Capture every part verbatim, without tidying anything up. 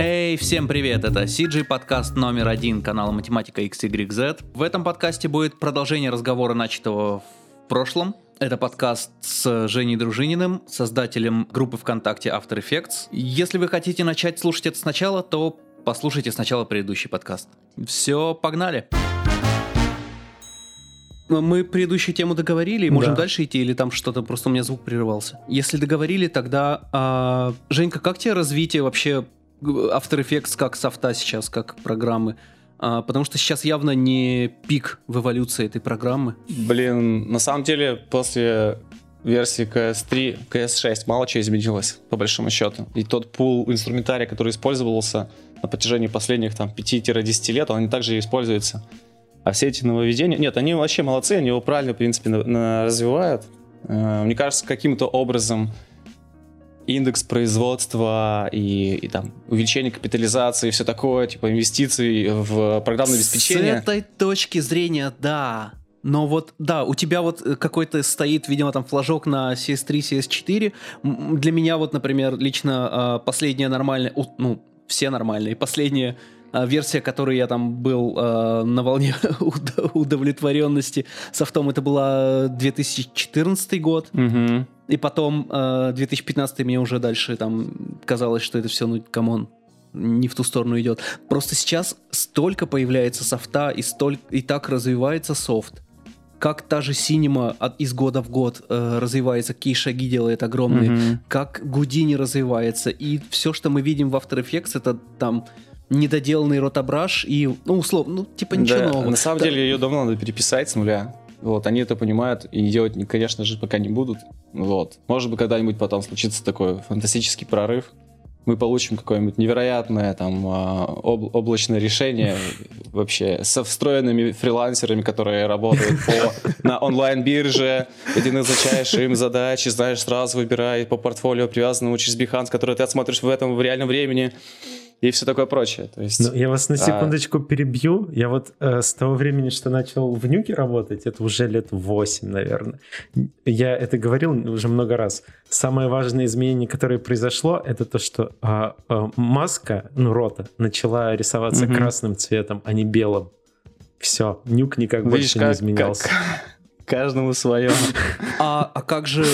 Эй, всем привет, это си джи подкаст номер один канала Математика икс игрек зет. В этом подкасте будет продолжение разговора, начатого в прошлом. Это подкаст с Женей Дружининым, создателем группы ВКонтакте After Effects. Если вы хотите начать слушать это сначала, то послушайте сначала предыдущий подкаст. Все, погнали! Мы предыдущую тему договорили, можем да. дальше идти, или там что-то, просто у меня звук прерывался. Если договорили, тогда... А, Женька, как тебе развитие вообще After Effects как софта сейчас, как программы? А, потому что сейчас явно не пик в эволюции этой программы. Блин, на самом деле после версии кей эс три, кей эс шесть мало чего изменилось, по большому счету. И тот пул инструментария, который использовался на протяжении последних там пяти-десяти лет, он также используется. А все эти нововведения... Нет, они вообще молодцы, они его правильно, в принципе, на, на, развивают. Э, мне кажется, каким-то образом индекс производства и, и там увеличение капитализации и все такое, типа инвестиций в программное обеспечение. С этой точки зрения, да. Но вот, да, у тебя вот какой-то стоит, видимо, там флажок на си эс три, си эс четыре. Для меня вот, например, лично последняя нормальная... Ну, все нормальные. Последняя версия, которой я там был э, на волне удовлетворенности софтом, это была две тысячи четырнадцатый год. Угу. И потом э, две тысячи пятнадцатый мне уже дальше там казалось, что это все, ну, камон, не в ту сторону идет. Просто сейчас столько появляется софта, и, столь, и так развивается софт. Как та же Cinema от, из года в год э, развивается, какие шаги делает огромные, mm-hmm. как Houdini развивается. И все, что мы видим в After Effects, это там недоделанный ротобраш и, ну, условно, ну, типа ничего да, нового. На самом да. деле ее давно надо переписать с нуля. Вот, они это понимают и делать, конечно же, пока не будут. Вот. Может быть, когда-нибудь потом случится такой фантастический прорыв. Мы получим какое-нибудь невероятное там об, облачное решение вообще со встроенными фрилансерами, которые работают по, на онлайн-бирже, где ты назначаешь им задачи, знаешь, сразу выбирай по портфолио, привязанному через Behance, который ты отсмотришь в этом в реальном времени. И все такое прочее. То есть, ну, я вас на секундочку а... перебью. Я вот э, с того времени, что начал в Нюке работать, это уже лет восемь, наверное. Я это говорил уже много раз. Самое важное изменение, которое произошло, это то, что э, э, маска, ну, рота, начала рисоваться угу. красным цветом, а не белым. Все, Нюк никак Видишь, больше как, не изменялся. Как... Каждому свое. А, а как же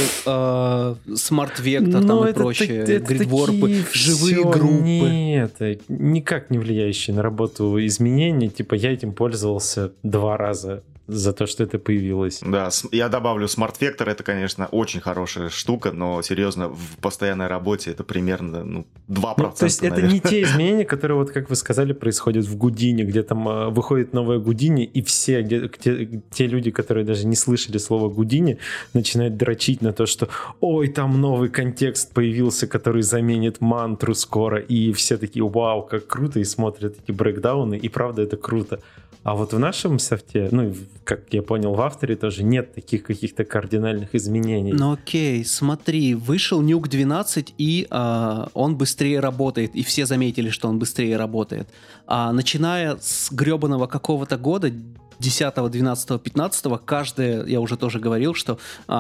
э, смарт-вектор там и прочее, гридворпы, живые группы? Нет, никак не влияющие на работу изменения. Типа я этим пользовался два раза за то, что это появилось. Да, я добавлю, смарт-вектор это, конечно, очень хорошая штука, но серьезно, в постоянной работе это примерно ну, два процента. Ну, то есть наверное. Это не те изменения, которые, вот как вы сказали, происходят в Houdini, где там э, выходит новое Houdini, и все, где, где, те люди, которые даже не слышали слова Houdini, начинают дрочить на то, что ой, там новый контекст появился, который заменит мантру скоро, и все такие, вау, как круто, и смотрят эти брейкдауны, и правда это круто. А вот в нашем софте, ну, как я понял, в авторе тоже нет таких каких-то кардинальных изменений. Ну окей, смотри, вышел Nuke двенадцать, и а, он быстрее работает, и все заметили, что он быстрее работает. А начиная с гребаного какого-то года, десятого, двенадцатого, пятнадцатого, каждое, я уже тоже говорил, что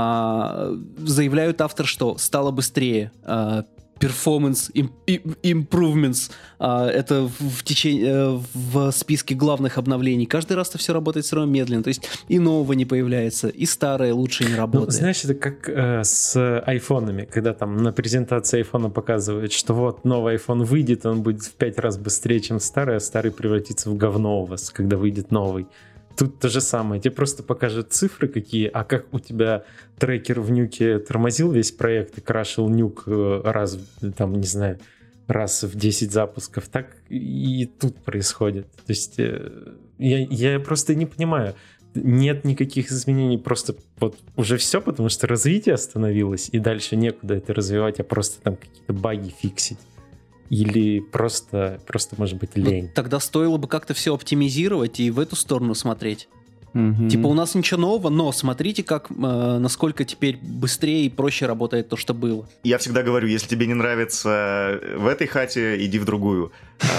а, заявляют автор, что стало быстрее. А, performance improvements, а, это в течение в списке главных обновлений. Каждый раз-то все работает все равно медленно, то есть и нового не появляется, и старое лучше не работает. Ну, знаешь, это как э, с айфонами, когда там на презентации айфона показывают, что вот новый iPhone выйдет, он будет в пять раз быстрее, чем старый, а старый превратится в говно у вас, когда выйдет новый. Тут то же самое. Тебе просто покажут цифры какие, а как у тебя трекер в Нюке тормозил весь проект и крашил Нюк раз, там, не знаю, раз в десять запусков, так и тут происходит. То есть я, я просто не понимаю. Нет никаких изменений, просто вот уже все, потому что развитие остановилось, и дальше некуда это развивать, а просто там какие-то баги фиксить. Или просто, просто, может быть, лень. Ну, тогда стоило бы как-то все оптимизировать и в эту сторону смотреть. Mm-hmm. Типа у нас ничего нового, но смотрите, как, э, насколько теперь быстрее и проще работает то, что было. Я всегда говорю, если тебе не нравится в этой хате, иди в другую.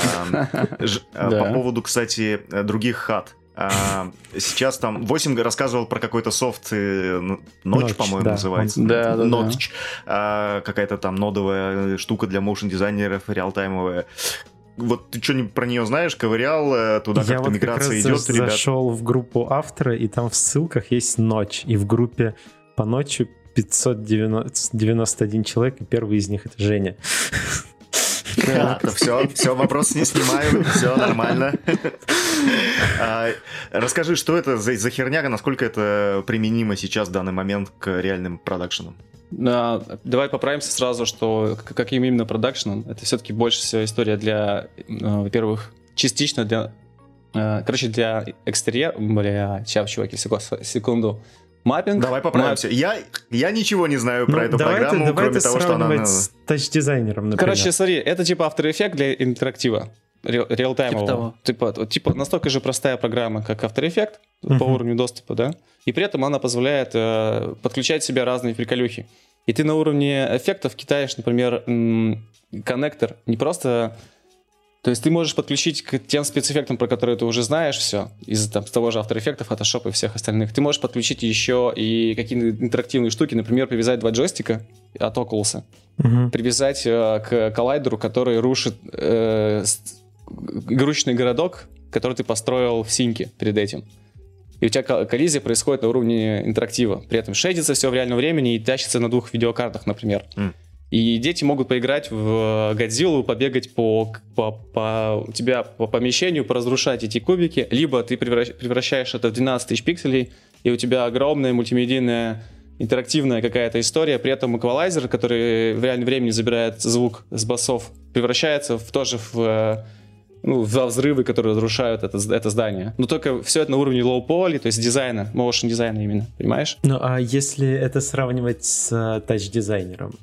По поводу, кстати, других хат. А, сейчас там восемь рассказывал про какой-то софт Notch, Notch по-моему, да. называется. Да, да, Notch. Да. А, какая-то там нодовая штука для моушн-дизайнеров, реалтаймовая. вот ты что-нибудь про нее знаешь, ковырял, туда я как-то вот миграция как раз идет, ребят? зашел в группу автора, и там в ссылках есть ночь, и в группе по ночи пятьсот девяносто один человек, и первый из них это Женя. Все, все, вопрос не снимаю, все нормально. Расскажи, что это за херня, насколько это применимо сейчас в данный момент к реальным продакшенам? Давай поправимся сразу, что каким именно продакшеном, это все-таки больше всего история для, во-первых, частично для, короче, для экстерьера, бля, сейчас, чуваки, секунду. Маппинг. Давай поправимся. Мап... Я, я ничего не знаю ну, про эту давай программу, ты, кроме того, что она... с тач-дизайнером, например. Короче, смотри, это типа After Effects для интерактива. Реалтаймового. Типа, типа, типа настолько же простая программа, как After Effects uh-huh. по уровню доступа, да? И при этом она позволяет э, подключать в себя разные приколюхи. И ты на уровне эффектов кидаешь, например, м- коннектор не просто... То есть ты можешь подключить к тем спецэффектам, про которые ты уже знаешь все, из там, того же After Effects, Photoshop и всех остальных. Ты можешь подключить еще и какие-то интерактивные штуки, например, привязать два джойстика от Oculus, угу. привязать э, к коллайдеру, который рушит э, игрушечный городок, который ты построил в синке перед этим. И у тебя коллизия происходит на уровне интерактива. При этом шейдится все в реальном времени и тащится на двух видеокартах, например. Mm. И дети могут поиграть в Годзиллу, побегать по, по, по у тебя по помещению, поразрушать эти кубики, либо ты превращаешь это в двенадцать тысяч пикселей, и у тебя огромная мультимедийная интерактивная какая-то история, при этом эквалайзер, который в реальном времени забирает звук с басов, превращается в, тоже в, ну, в взрывы, которые разрушают это, это здание. Но только все это на уровне low-poly, то есть дизайна, motion дизайна именно, понимаешь? Ну а если это сравнивать с тач-дизайнером,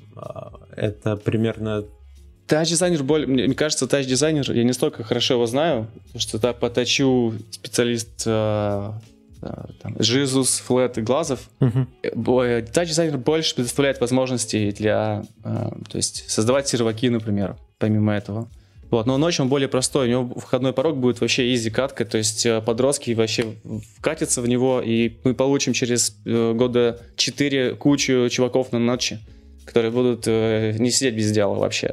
это примерно... Тач-дизайнер, более, мне кажется, тач-дизайнер, я не столько хорошо его знаю, потому что так по тачу специалист э, э, там, Жизус, Флэт и Глазов. Uh-huh. Тач-дизайнер больше предоставляет возможностей для, э, то есть создавать серваки, например, помимо этого. Вот, но ночью он более простой, у него входной порог будет вообще изи катка, то есть подростки вообще вкатятся в него, и мы получим через э, года четыре кучу чуваков на ночи, которые будут э, не сидеть без дела вообще.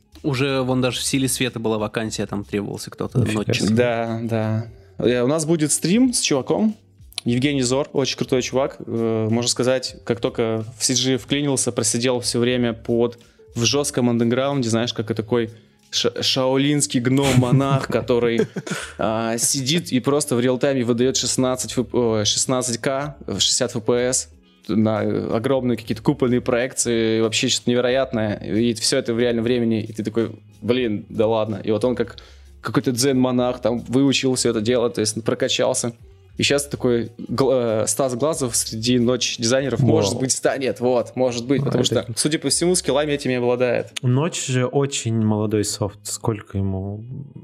Уже вон даже в «Силе света» была вакансия, там требовался кто-то ночью. Да, да. У нас будет стрим с чуваком, Евгений Зор, очень крутой чувак, э, можно сказать, как только в си джи вклинился, просидел все время под, в жестком андеграунде, знаешь, как и такой... шаолинский гном-монах, который а, сидит и просто в реал-тайме выдает шестнадцать, шестнадцать ка, шестьдесят эф пи эс на огромные какие-то купольные проекции, вообще что-то невероятное, и все это в реальном времени, и ты такой, блин, да ладно. И вот он как какой-то дзен-монах там выучил все это дело, то есть прокачался. И сейчас такой гл- Стас Глазов среди ночь дизайнеров, wow. может быть, станет, вот, может быть, потому а что, это... судя по всему, скиллами этими обладает. Ночь же очень молодой софт, сколько ему...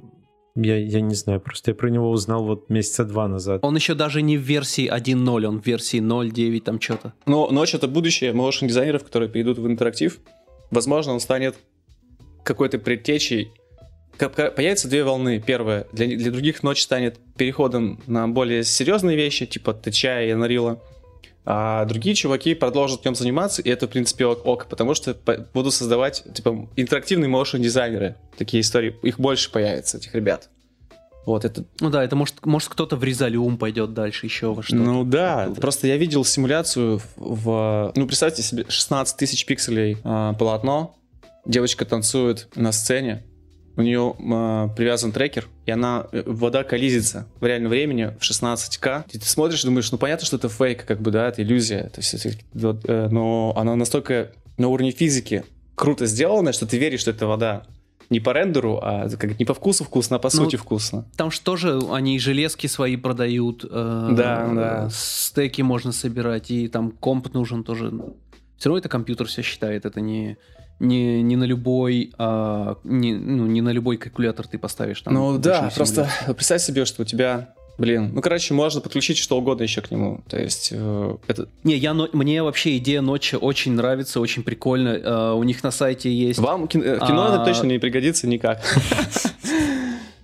Я, я не знаю, просто я про него узнал вот месяца два назад. Он еще даже не в версии один ноль, он в версии ноль девять, там что-то. Но Ночь — это будущее моушен дизайнеров, которые перейдут в интерактив. Возможно, он станет какой-то предтечей. Появятся две волны. Первая, для, для других Ночь станет переходом на более серьезные вещи, типа Тача и Unreal. А другие чуваки продолжат в нем заниматься, и это, в принципе, ок, ок потому что будут создавать, типа, интерактивные моушен-дизайнеры. Такие истории, их больше появится, этих ребят. Вот это... Ну да, это может, может кто-то в Резолюм пойдет дальше еще во что-то. Ну да, просто я видел симуляцию в... Ну, представьте себе, шестнадцать тысяч пикселей э, полотно, девочка танцует на сцене, у нее э, привязан трекер, и она, вода коллизится в реальном времени в шестнадцать ка. И ты смотришь и думаешь, ну понятно, что это фейк, как бы, да, это иллюзия. То есть, это, э, но она настолько на уровне физики круто сделана, что ты веришь, что это вода. Не по рендеру, а как не по вкусу вкусно, а по ну, сути вкусно. Там же тоже они железки свои продают, э, да, да. стеки можно собирать, и там комп нужен тоже. Все равно это компьютер все считает, это не... Не, не на любой а, не, ну, не на любой калькулятор ты поставишь там. Ну да, просто представь себе, что у тебя, блин, ну короче, можно подключить что угодно еще к нему. То есть э, это... Не, я, но, мне вообще идея Ночи очень нравится, очень прикольно. Э, у них на сайте есть... Вам кино, кино а... это точно не пригодится никак.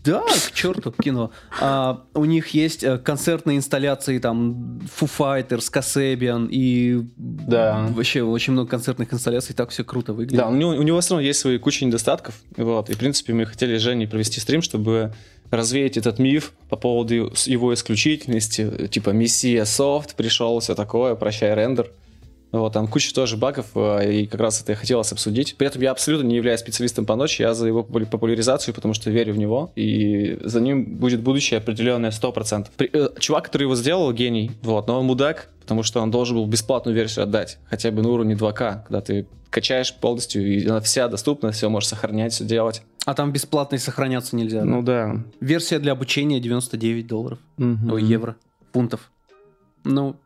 Да, к черту кино. А, у них есть концертные инсталляции, там, Foo Fighters, Kasabian, и да. вообще очень много концертных инсталляций, так все круто выглядит. Да, у него, у него все равно есть свои куча недостатков, вот, и, в принципе, мы хотели с Женей провести стрим, чтобы развеять этот миф по поводу его исключительности, типа, Мессия софт пришел, все такое, прощай рендер. Вот, там куча тоже багов, и как раз это и хотелось обсудить. При этом я абсолютно не являюсь специалистом по ночи, я за его популяризацию, потому что верю в него, и за ним будет будущее определенное сто процентов. Чувак, который его сделал, гений, вот, но он мудак, потому что он должен был бесплатную версию отдать, хотя бы на уровне два ка, когда ты качаешь полностью, и она вся доступна, все можешь сохранять, все делать. А там бесплатно и сохраняться нельзя. Ну да. Версия для обучения девяносто девять долларов. Угу. Ой, евро, фунтов. Ну...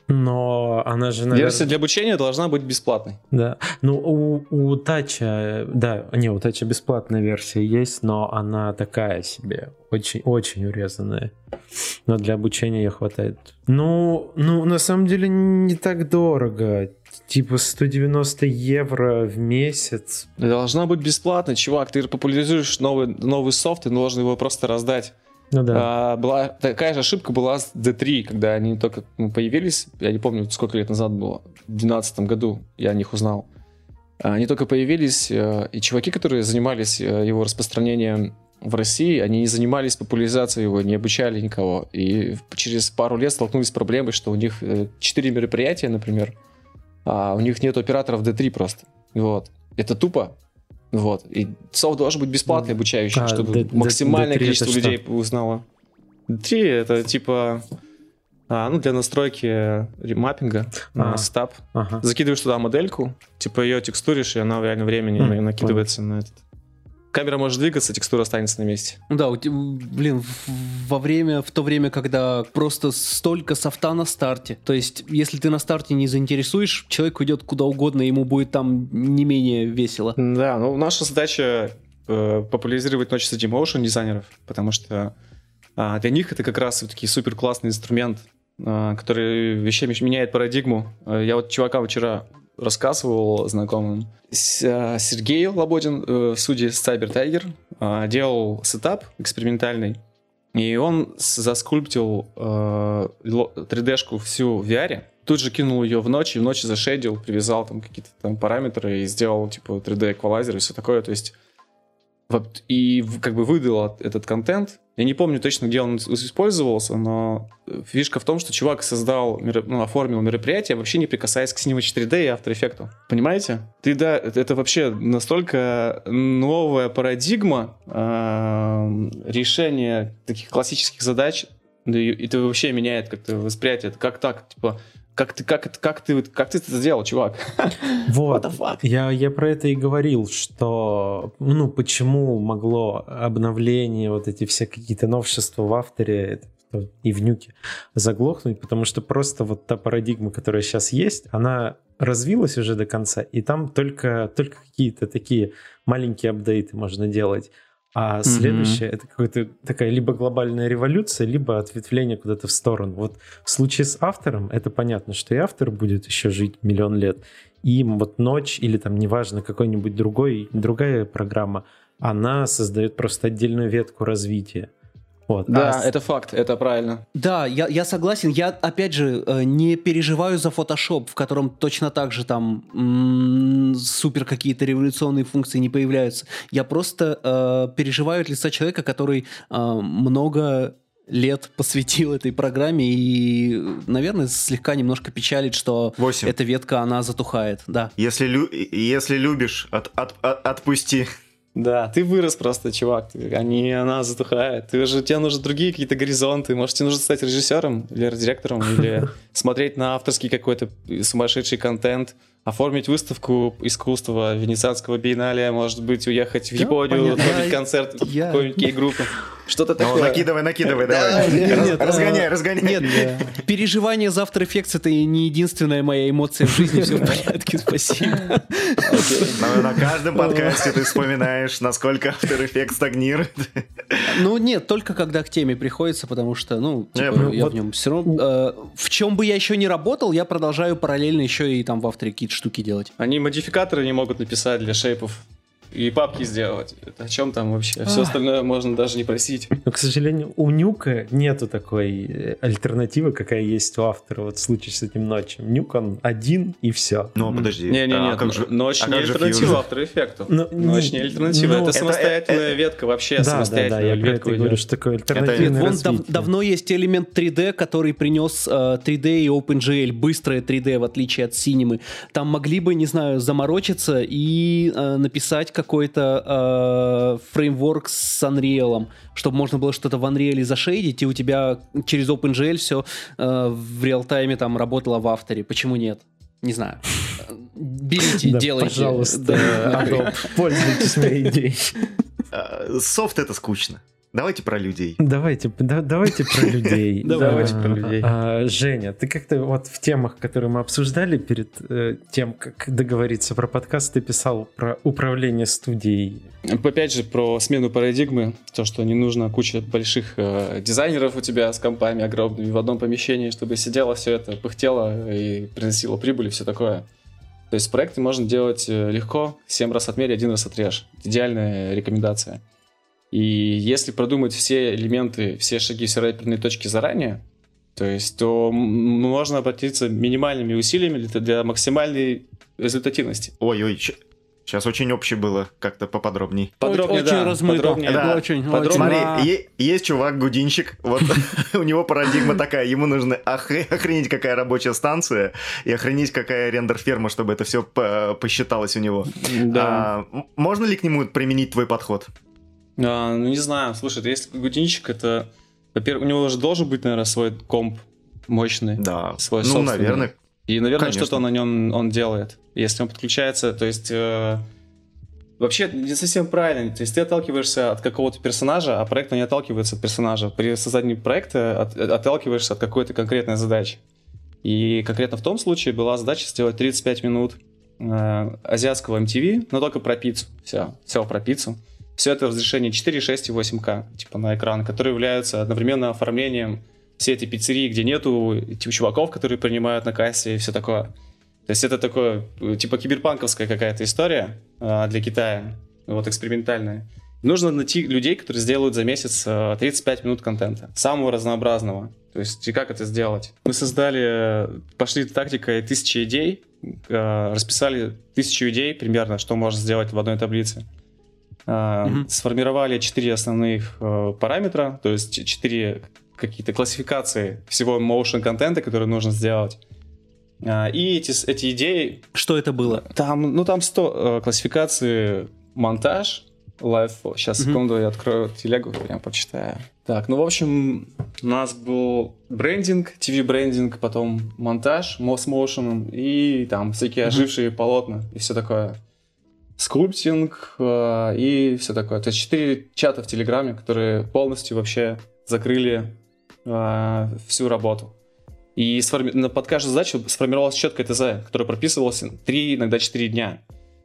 Но она же, наверное... Версия для обучения должна быть бесплатной. Да. Ну, у, у Тача, да, не, у Тача бесплатная версия есть, но она такая себе, очень, очень урезанная. Но для обучения ее хватает. Ну, ну, на самом деле не так дорого. Типа сто девяносто евро в месяц. Должна быть бесплатной, чувак. Ты популяризуешь новый, новый софт, и должен его просто раздать. Ну да. А, была, такая же ошибка была с ди три, когда они только ну, появились. Я не помню, сколько лет назад было. В две тысячи двенадцатом году я о них узнал. Они только появились, и чуваки, которые занимались его распространением в России, они не занимались популяризацией его, не обучали никого. И через пару лет столкнулись с проблемой, что у них четыре мероприятия, например, а у них нет операторов ди три просто. Вот. Это тупо. Вот. И софт должен быть бесплатный, обучающий, а, чтобы D- максимальное D- количество людей что? узнало. ди три это типа а, ну, для настройки ремаппинга на стаб. Ага. Закидываешь туда модельку, типа ее текстуришь, и она в реальном времени mm, накидывается понял. на этот. Камера может двигаться, текстура останется на месте. Ну да, блин, во время, в то время, когда просто столько софта на старте. То есть, если ты на старте не заинтересуешь, человек уйдет куда угодно, ему будет там не менее весело. Да, ну наша задача э, популяризировать ночь среди моушен дизайнеров, потому что э, для них это как раз вот такой супер классный инструмент, э, который вещами меняет парадигму. Э, я вот чувакам вчера рассказывал знакомым. Сергей Лободин, э, судья Cyber Tiger, э, делал сетап экспериментальный, и он заскульптил э, три дэ-шку всю в ви ар, тут же кинул ее в ночь, и в ночь зашейдил, привязал там какие-то там параметры и сделал типа три дэ-эквалайзер и все такое, то есть вот, и как бы выдал этот контент. Я не помню точно, где он использовался, но фишка в том, что чувак создал, ну, оформил мероприятие, вообще не прикасаясь к Cinema четыре дэ и After Effects. Понимаете? Ты, да, это вообще настолько новая парадигма э, решения таких классических задач, и это вообще меняет как-то восприятие. Как так? Типа, Как ты, как, как, ты, как ты это сделал, чувак? Вот, я, я про это и говорил, что, ну, почему могло обновление, вот эти все какие-то новшества в авторе и в нюке заглохнуть, потому что просто вот та парадигма, которая сейчас есть, она развилась уже до конца, и там только, только какие-то такие маленькие апдейты можно делать. А следующее mm-hmm. это какая-то такая либо глобальная революция, либо ответвление куда-то в сторону. Вот в случае с автором это понятно, что и автор будет еще жить миллион лет. И вот ночь или там неважно какой-нибудь другой, другая программа, она создает просто отдельную ветку развития. Вот. Да, а... это факт, это правильно. Да, я, я согласен. Я, опять же, не переживаю за Photoshop, в котором точно так же там м- супер какие-то революционные функции не появляются. Я просто э, переживаю от лица человека, который э, много лет посвятил этой программе и, наверное, слегка немножко печалит, что восемь. Эта ветка, она затухает. Да. Если, лю- если любишь, от- от- от- отпусти. Да, ты вырос просто, чувак, ты, а не она затухает. Ты же, тебе нужны другие какие-то горизонты. Может, тебе нужно стать режиссером или директором, или смотреть на авторский какой-то сумасшедший контент, оформить выставку искусства Венецианского биеннале, может быть, уехать в Японию, отправить концерт какой-нибудь кей-группы. Что-то такое. Накидывай, накидывай, давай. Разгоняй, разгоняй. Нет, переживание за After Effects — это не единственная моя эмоция в жизни. Все в порядке, спасибо. На каждом подкасте ты вспоминаешь, насколько After Effects стагнирует. Ну нет, только когда к теме приходится, потому что, ну, типа, я в нем все равно... В чем бы я еще не работал, я продолжаю параллельно еще и там в After какие-то штуки делать. Они модификаторы не могут написать для шейпов. и папки сделать. Это о чем там вообще? Все остальное можно даже не просить. Но, к сожалению, у Нюка нету такой альтернативы, какая есть у автора вот в случае с этим ночем. Нюк, он один и все. Ну, подожди. Не-не-не, а как же, ночь а не как же альтернатива Fuse? After Effects. Но- Ночь не не- альтернатива, ну, это это- самостоятельная это- ветка вообще, Да, да, да, самостоятельная я про ветка это и говорю, идет. что такое Это- альтернативное Вон дав- развитие. давно есть элемент три дэ, который принес э, три дэ и OpenGL, быстрое три дэ, в отличие от Cinema. Там могли бы, не знаю, заморочиться и э, написать какой-то э, фреймворк с Unreal, чтобы можно было что-то в Unreal зашейдить, и у тебя через OpenGL все э, в реал-тайме там работало в авторе. Почему нет? Не знаю. Берите, Да, делайте. пожалуйста, Да. Adobe, пользуйтесь моей идеей. А, Софт это скучно. Давайте про людей. Давайте, да- давайте про людей. Давайте А, про людей. а, Женя, ты как-то вот в темах, которые мы обсуждали перед э, тем, как договориться про подкаст, ты писал про управление студией. Опять же, про смену парадигмы, то, что не нужно куча больших э, дизайнеров у тебя с компами огромными в одном помещении, чтобы сидело все это, пыхтело и приносило прибыль и все такое. То есть проекты можно делать э, легко, семь раз отмерь, один раз отрежь. Идеальная рекомендация. И если продумать все элементы, все шаги, все рэперные точки заранее, то есть, то м- можно обратиться минимальными усилиями для, для максимальной результативности. Ой-ой, сейчас очень общее было, как-то поподробней. Подробнее, Очень да, размыто. подробнее. Да. Очень, Подробнее. очень. Смотри, А. е- есть чувак-гудинщик, вот у него парадигма такая, ему нужно охре- охренеть, какая рабочая станция, и охренеть, какая рендер-ферма, чтобы это все посчиталось у него. Да. А, м- можно ли к нему применить твой подход? А, ну, не знаю, слушай, если гудинщик, это, во-первых, у него уже должен быть, наверное, свой комп мощный. Да, Свой ну, собственный. наверное. И, наверное, Конечно. что-то на нем он делает. Если он подключается, то есть... э, вообще, не совсем правильно. То есть ты отталкиваешься от какого-то персонажа, а проект не отталкивается от персонажа. При создании проекта от- отталкиваешься от какой-то конкретной задачи. И конкретно в том случае была задача сделать тридцать пять минут э, азиатского эм ти ви, но только про пиццу. Все, все про пиццу. Все это в разрешении четыре, шесть и восемь ка, типа на экран, которые являются одновременно оформлением всей этой пиццерии, где нету типа чуваков, которые принимают на кассе и все такое. То есть это такое, типа киберпанковская какая-то история а, для Китая, вот экспериментальная. Нужно найти людей, которые сделают за месяц а, тридцать пять минут контента, самого разнообразного. То есть и как это сделать? Мы создали, пошли тактикой тысячи идей, а, расписали тысячу идей примерно, что можно сделать в одной таблице. А, Мгм. Сформировали четыре основных э, параметра, то есть четыре какие-то классификации всего motion контента, который нужно сделать. А, и эти, с- эти идеи, Что это было? там, ну там сто э, классификации: монтаж, лайф. Сейчас, Мгм. секунду, я открою телегу, я почитаю. Так, ну в общем, у нас был брендинг, ти ви-брендинг, потом монтаж мо- с моушеном и там всякие Мгм. ожившие полотна и все такое. Скульптинг э, и все такое. То есть четыре чата в Телеграме, которые полностью вообще закрыли э, всю работу. И сформи- на- под каждую задачу сформировалась четкая ТЗ, которая прописывалась три, иногда четыре дня.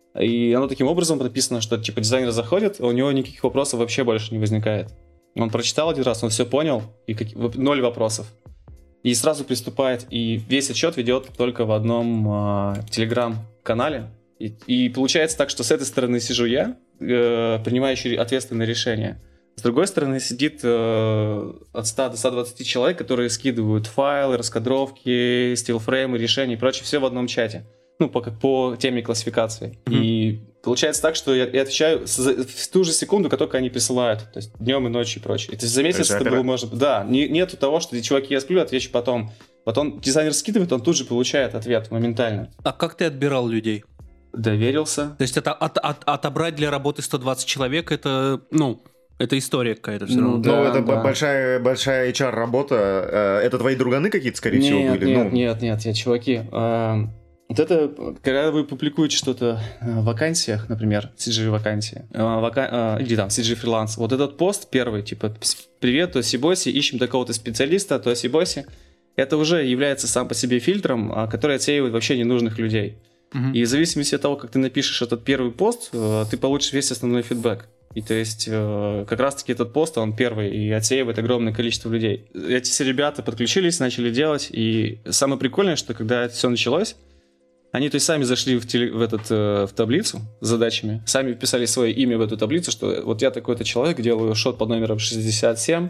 И оно таким образом написано, что типа дизайнер заходит, а у него никаких вопросов вообще больше не возникает. Он прочитал один раз, он все понял, и каки- в- ноль вопросов. И сразу приступает, и весь отчет ведет только в одном э, телеграм-канале. И, и получается так, что с этой стороны сижу я, э, принимающий ответственное решение. С другой стороны сидит э, от ста до ста двадцати человек, которые скидывают файлы, раскадровки, стилфреймы, решения и прочее, все в одном чате. Ну, по, по теме классификации. Мгм. И получается так, что я, я отвечаю с- за- в ту же секунду, как только они присылают. То есть днем и ночью и прочее. И то есть за месяц есть это опера- было, может быть... Да, не, нету того, что чуваки, я сплю, отвечу потом. Потом дизайнер скидывает, он тут же получает ответ моментально. А как ты отбирал людей? Доверился. То есть это от- от- отобрать для работы сто двадцать человек, это, ну, это история какая-то все Ну, равно. да. Ну, это б- да. большая, большая эйч ар-работа. Э, Это твои друганы какие-то, скорее всего, Нет, были? нет, Ну, нет, нет, нет, чуваки. эм, Вот это, когда вы публикуете что-то э, в вакансиях, например, си джи-вакансии, э, вака- э, или там си джи-фриланс, вот этот пост первый, типа, «Пс- привет, то Сибоси, ищем такого-то специалиста, то Сибоси», это уже является сам по себе фильтром, а, который отсеивает вообще ненужных людей. Мгм. И в зависимости от того, как ты напишешь этот первый пост, э, ты получишь весь основной фидбэк. И то есть э, как раз-таки этот пост, он первый, и отсеивает огромное количество людей. Эти все ребята подключились, начали делать, и самое прикольное, что когда это все началось, Они, то есть, сами зашли в, теле, в, этот, э, в таблицу с задачами, сами вписали свое имя в эту таблицу, что вот я такой-то человек, делаю шот под номером шестьдесят семь,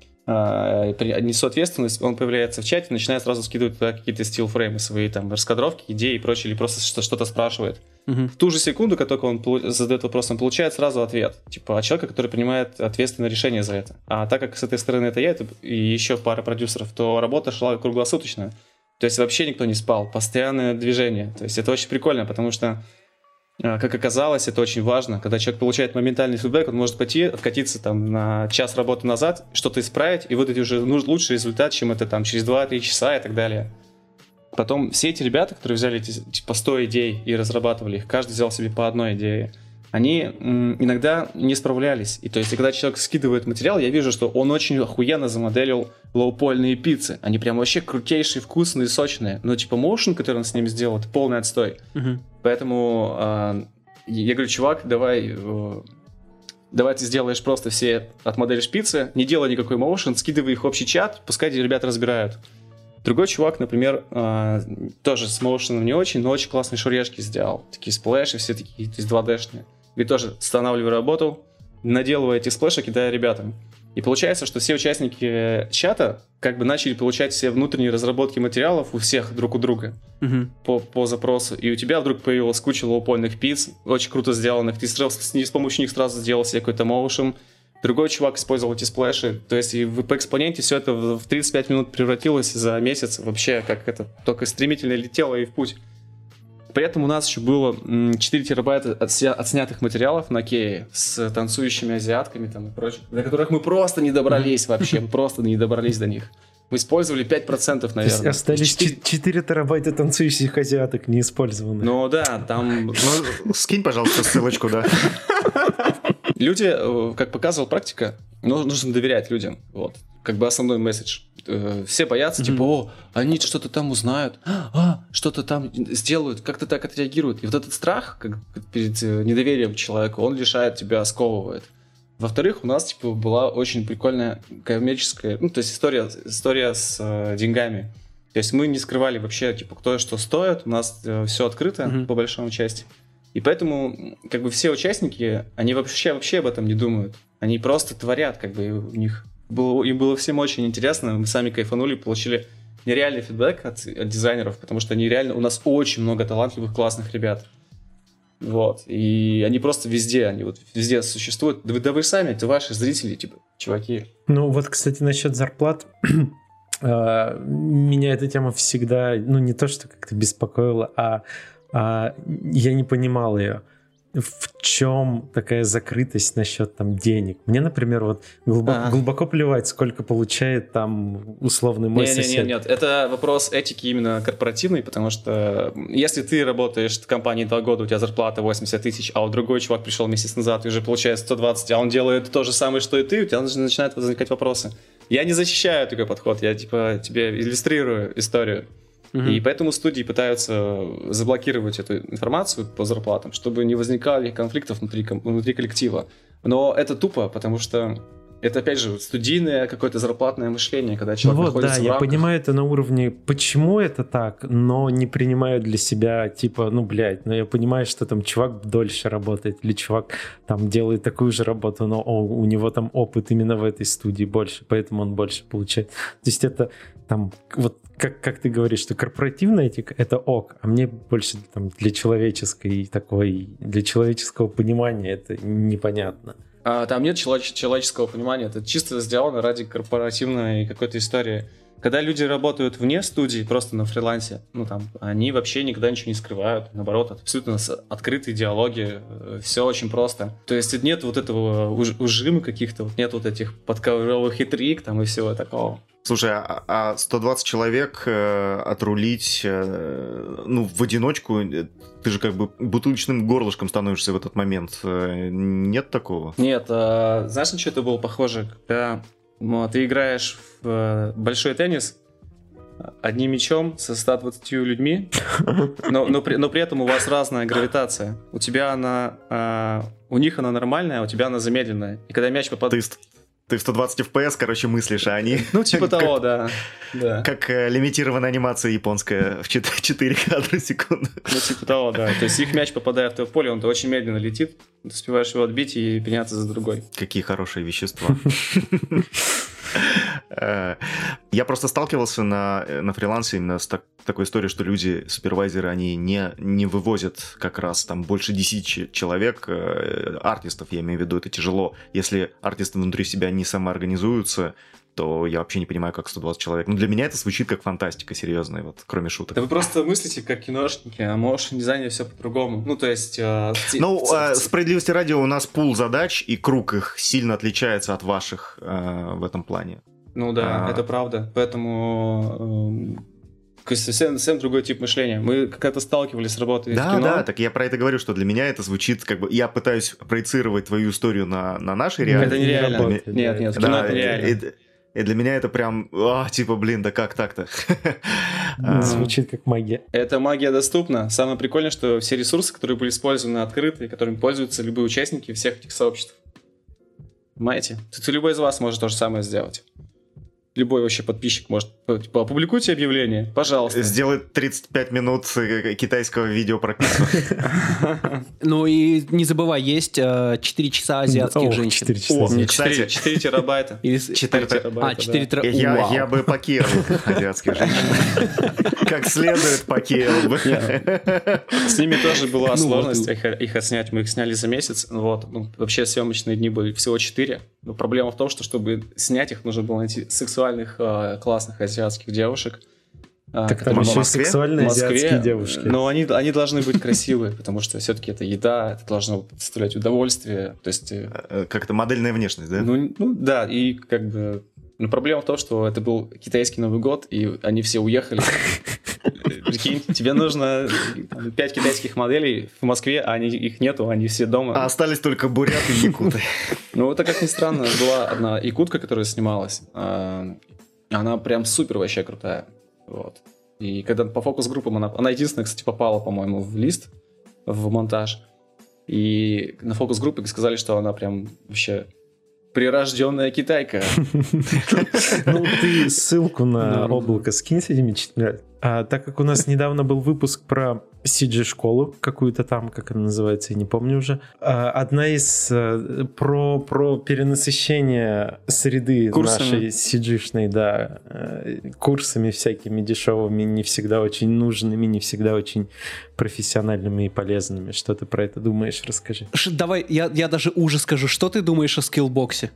э, несу ответственность, он появляется в чате, начинает сразу скидывать туда какие-то стилфреймы свои, там, раскадровки, идеи и прочее, или просто что-то спрашивает. Угу. В ту же секунду, как только он задает вопрос, он получает сразу ответ. Типа от человека, который принимает ответственное решение за это. А так как с этой стороны это я, это и еще пара продюсеров, то работа шла круглосуточно. То есть вообще никто не спал. Постоянное движение. То есть это очень прикольно, потому что, как оказалось, это очень важно. Когда человек получает моментальный фидбэк, он может пойти, откатиться там на час работы назад, что-то исправить и выдать уже лучший результат, чем это там через два-три часа и так далее. Потом все эти ребята, которые взяли эти по сто идей и разрабатывали их, каждый взял себе по одной идее, они м, иногда не справлялись. И то есть, когда человек скидывает материал, я вижу, что он очень охуенно замоделил лоупольные пиццы. Они прям вообще крутейшие, вкусные, сочные. Но типа моушен, который он с ними сделал, это полный отстой. Uh-huh. Поэтому э, я говорю, чувак, давай... Э, Давай ты сделаешь просто все, отмоделишь пиццы, не делай никакой моушен, скидывай их в общий чат, пускай ребята разбирают. Другой чувак, например, э, тоже с моушеном не очень, но очень классные шурешки сделал. Такие сплэши все такие, то есть два дэ-шные. И тоже останавливаю работу, наделываю эти сплэши, кидаю ребятам. И получается, что все участники чата как бы начали получать все внутренние разработки материалов у всех друг у друга uh-huh. по, по запросу. И у тебя вдруг появилась куча лоупольных пиц, очень круто сделанных. Ты сразу, с помощью них сразу сделал себе какой-то моушен. Другой чувак использовал эти сплэши. То есть и в, по экспоненте все это в тридцать пять минут превратилось за месяц вообще, как это только стремительно летело и в путь. При этом у нас еще было четыре терабайта отся- отснятых материалов на Кее с танцующими азиатками там и прочее, до которых мы просто не добрались вообще, мы просто не добрались до них. Мы использовали пять процентов, наверное. То есть остались четыре терабайта танцующих азиаток не использованы. Ну да, там... Ну, скинь, пожалуйста, ссылочку, да. Люди, как показывала практика, нужно доверять людям. Вот. Как бы основной месседж. Все боятся, mm-hmm. типа, о, они что-то там узнают, а, что-то там сделают, как-то так отреагируют. И вот этот страх как, перед недоверием к человеку, он лишает тебя, сковывает. Во-вторых, у нас типа была очень прикольная коммерческая, ну, то есть история, история с э, деньгами. То есть мы не скрывали вообще, типа, кто что стоит, у нас э, все открыто, mm-hmm. по большому части. И поэтому, как бы, все участники, они вообще, вообще об этом не думают. Они просто творят, как бы, у них было, им было всем очень интересно, мы сами кайфанули, получили нереальный фидбэк от, от дизайнеров, потому что они реально, у нас очень много талантливых, классных ребят. Вот, и они просто везде, они вот везде существуют. Да вы, да вы сами, это ваши зрители, типа, чуваки. Ну вот, кстати, насчет зарплат, меня эта тема всегда, ну не то, что как-то беспокоила, а я не понимал ее. В чем такая закрытость насчет там денег? Мне, например, вот глубоко, глубоко плевать, сколько получает там условный мой нет, сосед. Нет, нет, нет, это вопрос этики именно корпоративной, потому что если ты работаешь в компании два года, у тебя зарплата восемьдесят тысяч, а у другой чувак пришел месяц назад и уже получает сто двадцать, а он делает то же самое, что и ты, у тебя начинают возникать вопросы. Я не защищаю такой подход, я типа тебе иллюстрирую историю. Uh-huh. И поэтому студии пытаются заблокировать эту информацию по зарплатам, чтобы не возникали конфликтов внутри, внутри коллектива. Но это тупо, потому что это, опять же, студийное какое-то зарплатное мышление, когда человек ну вот, находится да, в рамках. Я понимаю это на уровне, почему это так, но не принимаю для себя, типа, ну, блядь, ну, я понимаю, что там чувак дольше работает, или чувак там делает такую же работу, но о, у него там опыт именно в этой студии больше, поэтому он больше получает. То есть это там, вот как, как ты говоришь, что корпоративная этика — это ок, а мне больше там для человеческой такой, для человеческого понимания это непонятно. А, там нет человеч- человеческого понимания, это чисто сделано ради корпоративной какой-то истории. Когда люди работают вне студии, просто на фрилансе, ну там, они вообще никогда ничего не скрывают, наоборот, абсолютно открытые диалоги, все очень просто. То есть нет вот этого уж- ужима каких-то, нет вот этих подковровых интриг там и всего такого. Слушай, а, а сто двадцать человек э, отрулить, э, ну, в одиночку, ты же как бы бутылочным горлышком становишься в этот момент. Э, нет такого? Нет, э, знаешь, на что это было похоже? Когда ну, ты играешь в э, большой теннис одним мячом со ста двадцатью людьми, но, но, при, но при этом у вас разная гравитация. У тебя она, э, у них она нормальная, а у тебя она замедленная. И когда мяч попадает... Ты в сто двадцать эф пи эс, короче, мыслишь, а они... Ну, типа того, да. Как лимитированная анимация японская в четыре кадра в секунду. Ну, типа того, да. То есть их мяч, попадая в твое поле, он очень медленно летит, ты успеваешь его отбить и приняться за другой. Какие хорошие вещества. Я просто сталкивался на, на фрилансе именно с так, такой историей, что люди, супервайзеры, они не, не вывозят как раз там больше десяти человек, артистов, я имею в виду, это тяжело. Если артисты внутри себя не самоорганизуются, то я вообще не понимаю, как сто двадцать человек. Ну, для меня это звучит как фантастика серьезная, вот, кроме шуток. Да вы просто мыслите как киношники, а моушн дизайне все по-другому. Ну, то есть... Э, ну, э, справедливости ради, у нас пул задач, и круг их сильно отличается от ваших э, в этом плане. Ну да, а... это правда. Поэтому... Э, совсем, совсем другой тип мышления. Мы когда-то сталкивались с работой да, в кино. Да, да, так я про это говорю, что для меня это звучит как бы... Я пытаюсь проецировать твою историю на, на нашей реальности. Это нереально. Не работает, нет, нет, в кино да, это нереально. Это, И для меня это прям, а, типа, блин, да как так-то? Звучит как магия. Эта магия доступна. Самое прикольное, что все ресурсы, которые были использованы, открыты, которыми пользуются любые участники всех этих сообществ. Понимаете? Тут любой из вас может то же самое сделать. Любой вообще подписчик может, типа, опубликуйте объявление, пожалуйста. Сделать тридцать пять минут китайского видео про пиццу. Ну и не забывай, есть четыре часа азиатских женщин. четыре терабайта. четыре терабайта. А, четыре терабайта. Я бы покеил азиатских женщин. Как следует покеил бы. С ними тоже была сложность их отснять. Мы их сняли за месяц. Вообще съемочные дни были всего четыре. Но проблема в том, что чтобы снять их, нужно было найти сексуальных, э, классных азиатских девушек. Э, так там еще сексуальные азиатские девушки. Но они, они должны быть красивые, потому что все-таки это еда, это должно доставлять удовольствие. То есть, э, как-то модельная внешность, да? Ну, ну да, и как бы... Но проблема в том, что это был китайский Новый год, и они все уехали. Прикинь, тебе нужно пять китайских моделей в Москве, а они, их нету, они все дома. А остались только буряты и якуты. Ну, это как ни странно, была одна якутка, которая снималась. Она прям супер вообще крутая. Вот. И когда по фокус-группам, она, она единственная, кстати, попала, по-моему, в лист, в монтаж. И на фокус-группе сказали, что она прям вообще... прирожденная китайка. Ну, ты ссылку на облако скинь с этими четырьмя. А, так как у нас недавно был выпуск про си джи-школу, какую-то там, как она называется, я не помню уже. А, одна из... А, про, про перенасыщение среды курсами. Нашей си джи-шной, да, курсами всякими дешевыми, не всегда очень нужными, не всегда очень профессиональными и полезными. Что ты про это думаешь? Расскажи. Ш, давай, я, я даже уже скажу. Что ты думаешь о скиллбоксе?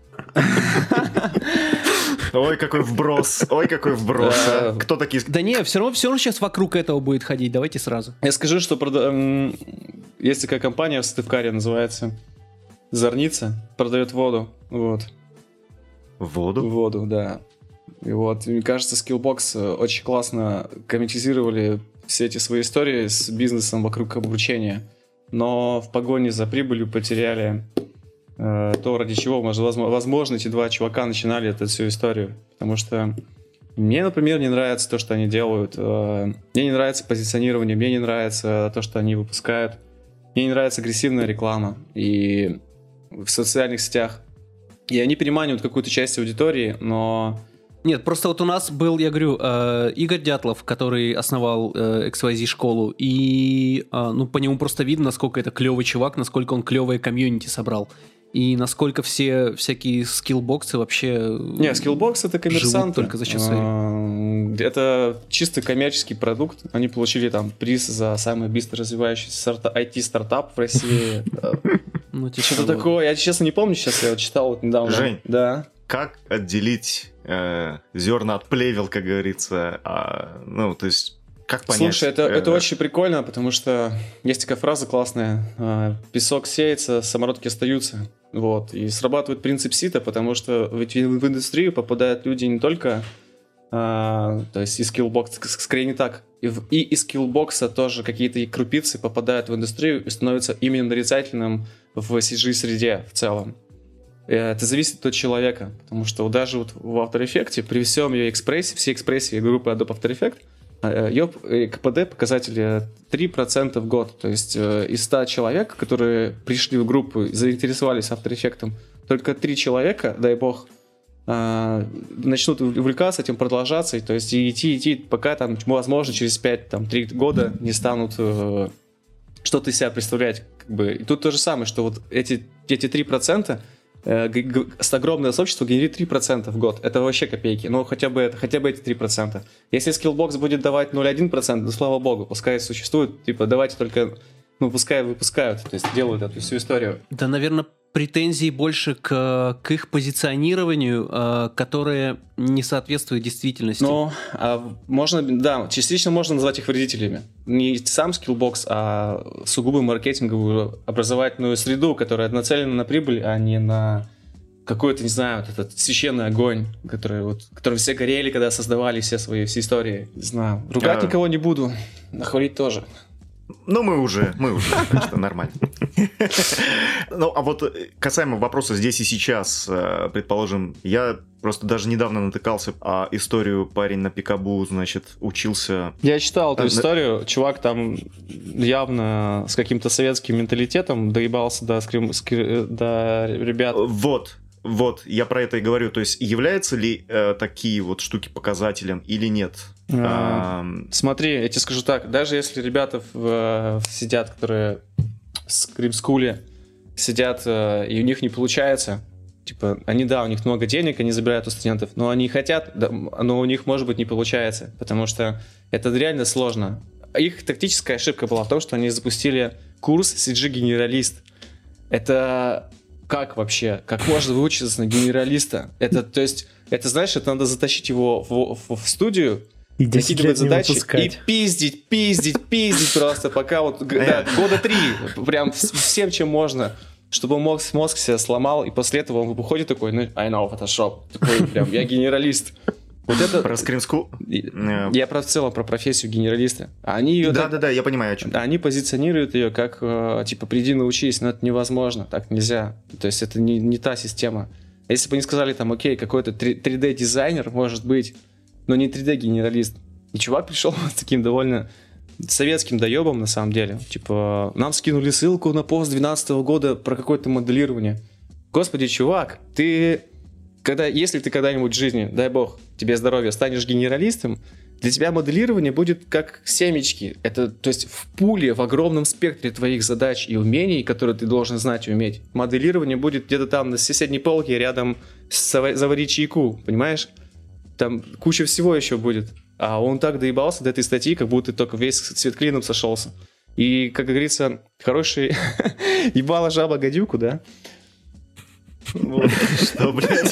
Ой, какой вброс, ой, какой вброс. Да. А? Кто такие... Да не, все равно, все равно сейчас вокруг этого будет ходить, давайте сразу. Я скажу, что прода... есть такая компания в Сыктывкаре, называется Зорница, продает воду, вот. Воду? Воду, да. И вот, мне кажется, Skillbox очень классно комментизировали все эти свои истории с бизнесом вокруг обручения, но в погоне за прибылью потеряли... то, ради чего, возможно, эти два чувака начинали эту всю историю. Потому что мне, например, не нравится то, что они делают. Мне не нравится позиционирование, мне не нравится то, что они выпускают. Мне не нравится агрессивная реклама и в социальных сетях. И они переманивают какую-то часть аудитории, но... Нет, просто вот у нас был, я говорю, э, Игорь Дятлов, который основал э, икс уай зет-школу, и э, ну, по нему просто видно, насколько это клевый чувак, насколько он клевое комьюнити собрал. И насколько все всякие скиллбоксы вообще... Не, скиллбокс это коммерсанты. Только за счет своих. Это чисто коммерческий продукт. Они получили там приз за самый быстро развивающийся ай ти-стартап в России. Ну, что-то такое. Я, честно, не помню, сейчас я читал вот недавно. Жень, да. Как отделить э, зерна от плевел, как говорится? А, ну, то есть, как понять? Слушай, это, это очень прикольно, потому что есть такая фраза классная. Песок сеется, самородки остаются. Вот. И срабатывает принцип сита, потому что ведь в индустрию попадают люди не только а, то есть из скиллбокса, скорее не так. И, в, и из скиллбокса тоже какие-то крупицы попадают в индустрию и становятся именно нарицательным в си джи-среде в целом. Это зависит от человека, потому что даже вот в After Effects при всем ее экспрессии, все экспрессии группы Adobe After Effects, ее ка пэ дэ показатели три процента в год. То есть из ста человек, которые пришли в группу и заинтересовались After Effects, только три человека, дай бог, э, начнут увлекаться этим, продолжаться, то есть и идти, идти, пока там, возможно, через пять-три года не станут э, что-то из себя представлять. Как бы. И тут то же самое, что вот эти, эти три процента э, г- г- с огромное сообщество генерит три процента в год. Это вообще копейки. Ну, хотя бы, это, хотя бы эти три процента. Если Skillbox будет давать ноль целых один десятых процента, ну, слава богу, пускай существует, типа, давайте только, ну, пускай выпускают, то есть делают эту всю историю. Да, наверное, претензии больше к, к их позиционированию, э, которое не соответствует действительности. Ну, а можно, да, частично можно назвать их вредителями. Не сам Skillbox, а сугубо маркетинговую образовательную среду, которая нацелена на прибыль, а не на какой-то, не знаю, вот этот священный огонь, который вот, которым все горели, когда создавали все свои все истории. Не знаю. Ругать а... никого не буду, нахвалить тоже. Ну, мы уже, мы уже, так что нормально. Ну, а вот касаемо вопроса здесь и сейчас, предположим, я просто даже недавно натыкался а историю, парень на Пикабу, значит, учился... Я читал эту историю, чувак там явно с каким-то советским менталитетом доебался до, скрим... до ребят. Вот. Вот, я про это и говорю. То есть, являются ли э, такие вот штуки показателем или нет? А, а, смотри, я тебе скажу так. Даже если ребята в, в, сидят, которые в скрим-скуле сидят, э, и у них не получается, типа, они, да, у них много денег, они забирают у студентов, но они хотят, да, но у них, может быть, не получается, потому что это реально сложно. Их тактическая ошибка была в том, что они запустили курс си джи-генералист. Это... Как вообще? Как можно выучиться на генералиста? Это, то есть, это, знаешь, это надо затащить его в, в, в студию, и накидывать задачи и пиздить, пиздить, пиздить просто, пока вот да, года три, прям всем, чем можно, чтобы он мозг, мозг себя сломал, и после этого он выходит такой, ну, I know Photoshop, такой прям, я генералист. Вот это... Про скрим-скул? Я про в целом про профессию генералиста. Они ее да, так... да, да, я понимаю, о чем. Они позиционируют ее как, типа, приди научись, но это невозможно, так нельзя. То есть это не, не та система. Если бы они сказали, там, окей, какой-то три дэ-дизайнер может быть, но не три дэ-генералист. И чувак пришел с таким довольно советским доебом, на самом деле. Типа, нам скинули ссылку на пост двенадцатого года про какое-то моделирование. Господи, чувак, ты... Когда, если ты когда-нибудь в жизни, дай бог, тебе здоровья, станешь генералистом, для тебя моделирование будет как семечки. Это, то есть в пуле, в огромном спектре твоих задач и умений, которые ты должен знать и уметь, моделирование будет где-то там на соседней полке рядом с «Завари чайку», понимаешь? Там куча всего еще будет. А он так доебался до этой статьи, как будто только весь цвет клином сошелся. И, как говорится, хороший ебала жаба гадюку, да? Вот. Что, блядь?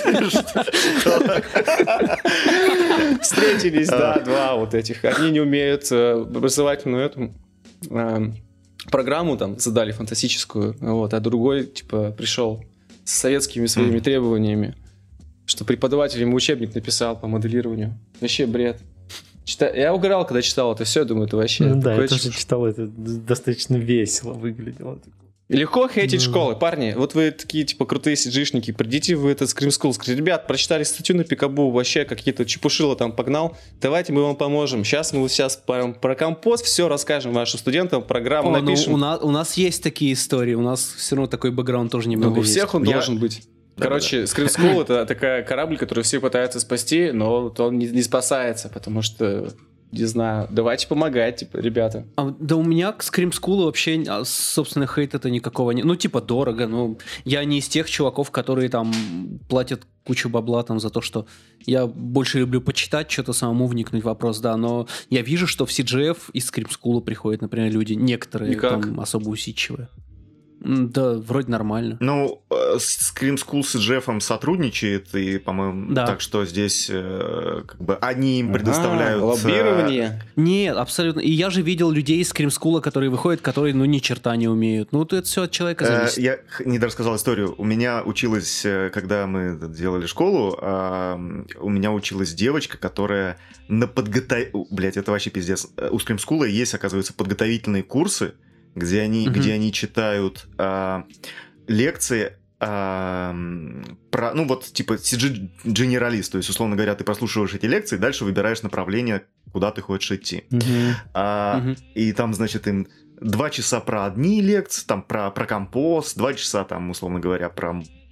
Встретились, да, два вот этих. Они не умеют образовательную эту программу там задали фантастическую, вот, а другой, типа, пришел с советскими своими требованиями, что преподаватель ему учебник написал по моделированию. Вообще бред. Чита... Я угорал, когда читал это все, думаю, это вообще... Ну, да, я тоже читал, это достаточно весело выглядело. Легко хейтить mm. школы. Парни, вот вы такие, типа, крутые сиджишники, придите в этот Scream School, скажите, ребят, прочитали статью на Пикабу, вообще какие-то чепушило там погнал, давайте мы вам поможем. Сейчас мы сейчас про, про компост все расскажем вашим студентам, программу О, напишем. Ну, у, нас, у нас есть такие истории, у нас все равно такой бэкграунд тоже немного ну, у есть. всех он Я... должен быть. Короче, да, да. Scream School — это такая корабль, который все пытаются спасти, но он не, не спасается, потому что... Не знаю, давайте помогать, типа, ребята. А, да у меня к Scream School вообще, собственно, хейта-то никакого нет. Ну, типа, дорого, но я не из тех чуваков, которые там платят кучу бабла там за то, что я больше люблю почитать, что-то самому вникнуть в вопрос, да, но я вижу, что в си джи эф из Scream School приходят, например, люди, некоторые там особо усидчивые. Да, вроде нормально. Ну, Scream School с Джеффом сотрудничает, и, по-моему, да. Так что здесь как бы они им предоставляют... А, лоббирование? Нет, абсолютно. И я же видел людей из Scream School, которые выходят, которые, ну, ни черта не умеют. Ну, это все от человека зависит. Я не рассказал историю. У меня училась, когда мы делали школу, у меня училась девочка, которая на подготовительные... Блять, это вообще пиздец. У Scream School есть, оказывается, подготовительные курсы, где они, uh-huh. где они читают а, лекции а, про, ну вот, типа, си джи-генералист, то есть, условно говоря, ты прослушиваешь эти лекции, дальше выбираешь направление, куда ты хочешь идти. Uh-huh. А, uh-huh. И там, значит, им два часа про одни лекции, там, про, про компост, два часа, там, условно говоря, про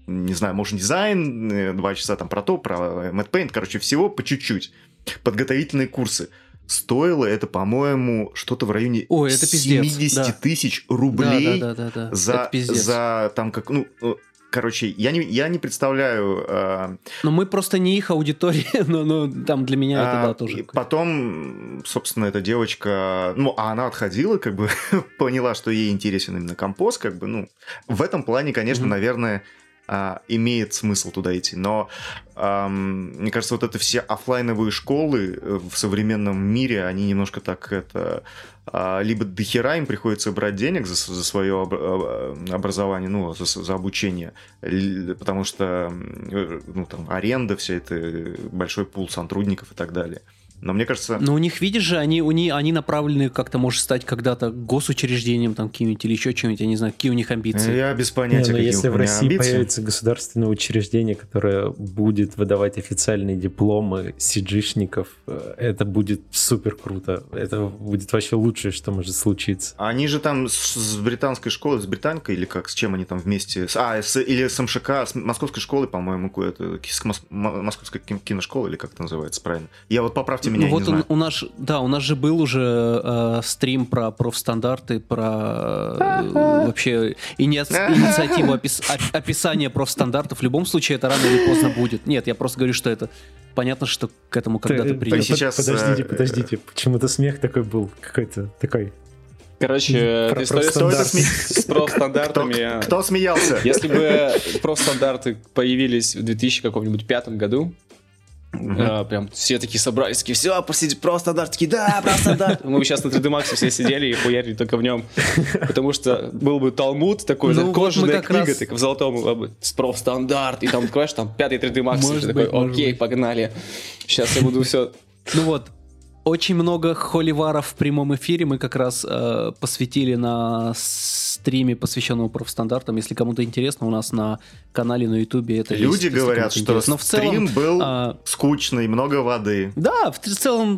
не знаю, motion дизайн, два часа там про то, про Matte Paint, короче, всего по чуть-чуть. Подготовительные курсы. Стоило это, по-моему, что-то в районе Ой, это семьдесят да. тысяч рублей да, да, да, да, да. За, за там как, ну, короче, я не, я не представляю... Э, но мы просто не их аудитория, но, но там для меня это, а, да, тоже. Потом, собственно, эта девочка, ну, а она отходила, как бы, поняла, что ей интересен именно композ, как бы, ну, в этом плане, конечно, mm-hmm. наверное... А, имеет смысл туда идти, но а, мне кажется, вот это все офлайновые школы в современном мире, они немножко так это... А, либо дохера им приходится брать денег за, за свое об, образование, ну, за, за обучение, потому что ну, там, аренда, все это, большой пул сотрудников и так далее. Но мне кажется... Но у них, видишь же, они, у них, они направлены как-то, может, стать когда-то госучреждением там каким-нибудь или еще чем-нибудь, я не знаю, какие у них амбиции. Я без понятия, не, какие если у в меня России амбиции. Появится государственное учреждение, которое будет выдавать официальные дипломы сиджишников, это будет супер круто. Это будет вообще лучшее, что может случиться. Они же там с, с британской школы, с британкой, или как, с чем они там вместе? А, с, или с МШК, с московской школы, по-моему, это, с мос, московской киношколы, или как это называется правильно? Я вот поправьте меня, ну, я вот не знаю. У, у нас, да, у нас же был уже э, стрим про профстандарты, про э, вообще ини- инициативу опис- описания профстандартов. В любом случае это рано или поздно будет. Нет, я просто говорю, что это понятно, что к этому когда-то придет. Сейчас, подождите, подождите. Почему-то смех такой был какой-то такой. Короче, Про история с, с профстандартами. Кто, кто смеялся? Если бы профстандарты появились в две тысячи пятом году, Uh-huh. А, прям все такие собрались, такие, все, посидеть, профстандарт, такие, да, профстандарт. Мы бы сейчас на три дэ Max все сидели и хуярили только в нем, потому что был бы Талмуд такой, ну, кожаная вот книга, раз... так, в золотом, с профстандарт, и там откроешь, там пятый три дэ Max, и ты такой, окей, погнали, сейчас я буду все... Ну вот, очень много холиваров в прямом эфире мы как раз э, посвятили на стриме, посвященному профстандартам. Если кому-то интересно, у нас на канале на Ютубе это Люди есть. Люди говорят, что Но в целом, стрим был а... скучный, много воды. Да, в целом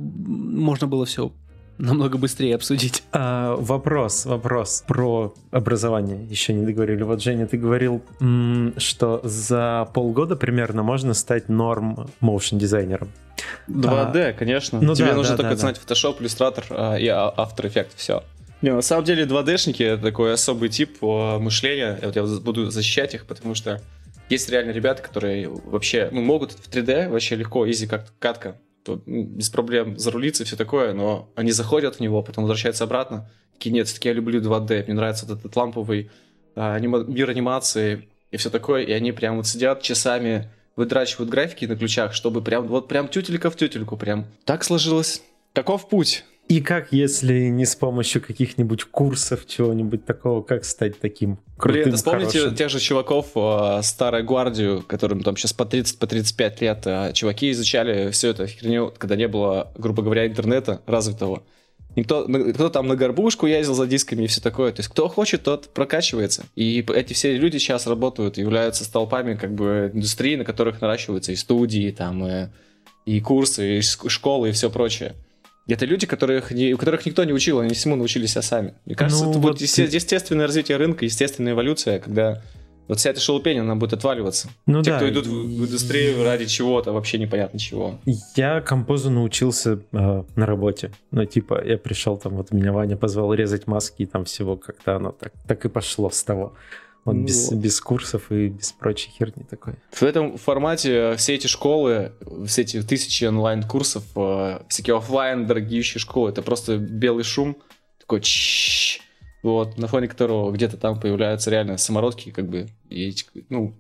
можно было все намного быстрее обсудить. А, вопрос, вопрос про образование. Еще не договорили. Вот, Женя, ты говорил, м- что за полгода примерно можно стать норм моушн дизайнером. два дэ, а, конечно. Ну Тебе да, нужно да, только да, знать да. Photoshop, Illustrator а, и After Effects, все. Не, на самом деле два дэ-шники это такой особый тип а, мышления. Вот я буду защищать их, потому что есть реально ребята, которые вообще ну, могут в три дэ вообще легко, изи как катка. Тут без проблем зарулиться и все такое, но они заходят в него, потом возвращаются обратно. Такие, нет, все-таки я люблю два дэ, мне нравится вот этот ламповый а, анима- мир анимации и все такое, и они прям вот сидят часами, выдрачивают графики на ключах, чтобы прям вот прям тютелька в тютельку, прям так сложилось. Каков путь? И как, если не с помощью каких-нибудь курсов, чего-нибудь такого, как стать таким крутым, Блин, вспомните хорошим? тех же чуваков, э, старой гвардию, которым там сейчас по тридцать, по тридцать пять лет. Э, чуваки изучали всю эту херню, когда не было, грубо говоря, интернета развитого. Никто, кто там на горбушку ездил за дисками и все такое. То есть кто хочет, тот прокачивается. И эти все люди сейчас работают, являются столпами как бы индустрии, на которых наращиваются и студии, там, и, и курсы, и школы, и все прочее. Это люди, которых, не, у которых никто не учил, они всему научились себя сами. Мне кажется, ну, это вот будет ты... естественное развитие рынка, естественная эволюция, когда вот вся эта шелупень, она будет отваливаться. Ну, Те, да. кто идут в индустрию ради чего-то, вообще непонятно чего. Я композу научился э, на работе. Ну, типа, я пришел, там, вот меня Ваня позвал резать маски, и там всего как-то оно так, так и пошло с того. Вот ну, без, без курсов и без прочей херни такой. В этом формате все эти школы, все эти тысячи онлайн-курсов, всякие офлайн дорогущие школы, это просто белый шум, такой чш, вот, на фоне которого где-то там появляются реально самородки, как бы, и, ну...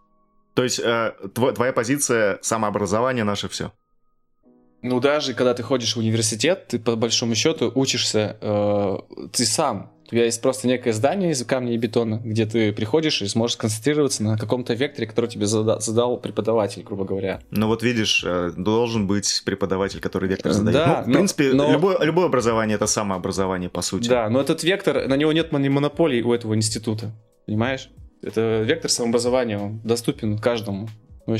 То есть э, тв- твоя позиция, самообразование наше все? Ну, даже когда ты ходишь в университет, ты по большому счету учишься, э, ты сам. У тебя есть просто некое здание из камня и бетона, где ты приходишь и сможешь сконцентрироваться на каком-то векторе, который тебе зада- задал преподаватель, грубо говоря. Ну вот видишь, должен быть преподаватель, который вектор задает. Да, ну, в но, принципе, но... любое, любое образование — это самообразование, по сути. Да, но этот вектор, на него нет монополии у этого института, понимаешь? Это вектор самообразования, он доступен каждому вообще.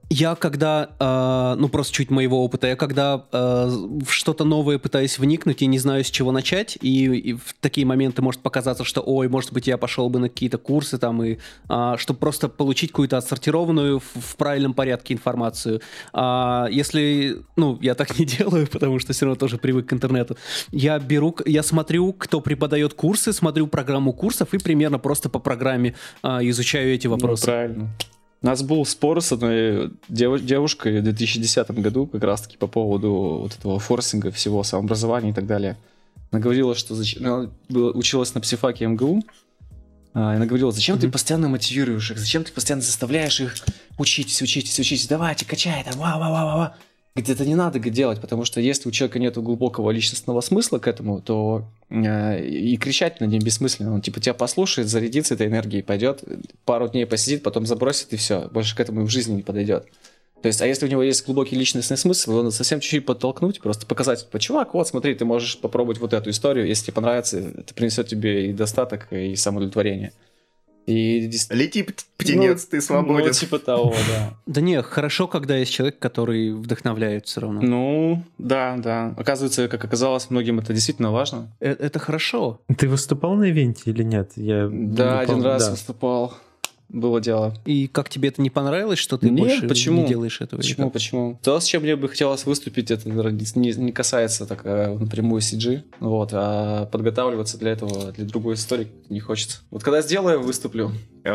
Я когда, э, ну просто чуть моего опыта, я когда э, в что-то новое пытаюсь вникнуть и не знаю, с чего начать, и, и в такие моменты может показаться, что, ой, может быть, я пошел бы на какие-то курсы там, и, э, чтобы просто получить какую-то отсортированную в, в правильном порядке информацию. А если, ну, я так не делаю, потому что все равно тоже привык к интернету, я беру, я смотрю, кто преподает курсы, смотрю программу курсов и примерно просто по программе э, изучаю эти вопросы. Ну, правильно. У нас был спор с одной дев- девушкой в две тысячи десятом году как раз-таки по поводу вот этого форсинга, всего самообразования и так далее. Она говорила, что зачем... Она была... училась на психфаке эм гэ у, а, и она говорила, зачем mm-hmm. ты постоянно мотивируешь их, зачем ты постоянно заставляешь их учитесь, учитесь, учитесь, давайте, качай, там, ва-ва-ва-ва-ва. Говорит, это не надо делать, потому что если у человека нет глубокого личностного смысла к этому, то э, и кричать над ним бессмысленно. Он типа тебя послушает, зарядится этой энергией, пойдет, пару дней посидит, потом забросит и все. Больше к этому и в жизни не подойдет. То есть, а если у него есть глубокий личностный смысл, его надо совсем чуть-чуть подтолкнуть, просто показать, типа, чувак, вот смотри, ты можешь попробовать вот эту историю, если тебе понравится, это принесет тебе и достаток, и самоудовлетворение. И... Лети, птенец, ну, ты свободен. Ну, типа того, да. Да не, хорошо, когда есть человек, который вдохновляет все равно. Ну, да, да. Оказывается, как оказалось, многим это действительно важно. Это, это хорошо. Ты выступал на ивенте или нет? Я да, один помню. раз да. выступал. Было дело. И как тебе это не понравилось, что ты Нет, больше почему? не делаешь этого? Почему, почему? То, с чем мне бы хотелось выступить, это не, не касается так напрямую си джи, вот, а подготавливаться для этого, для другой истории не хочется. Вот когда сделаю, выступлю.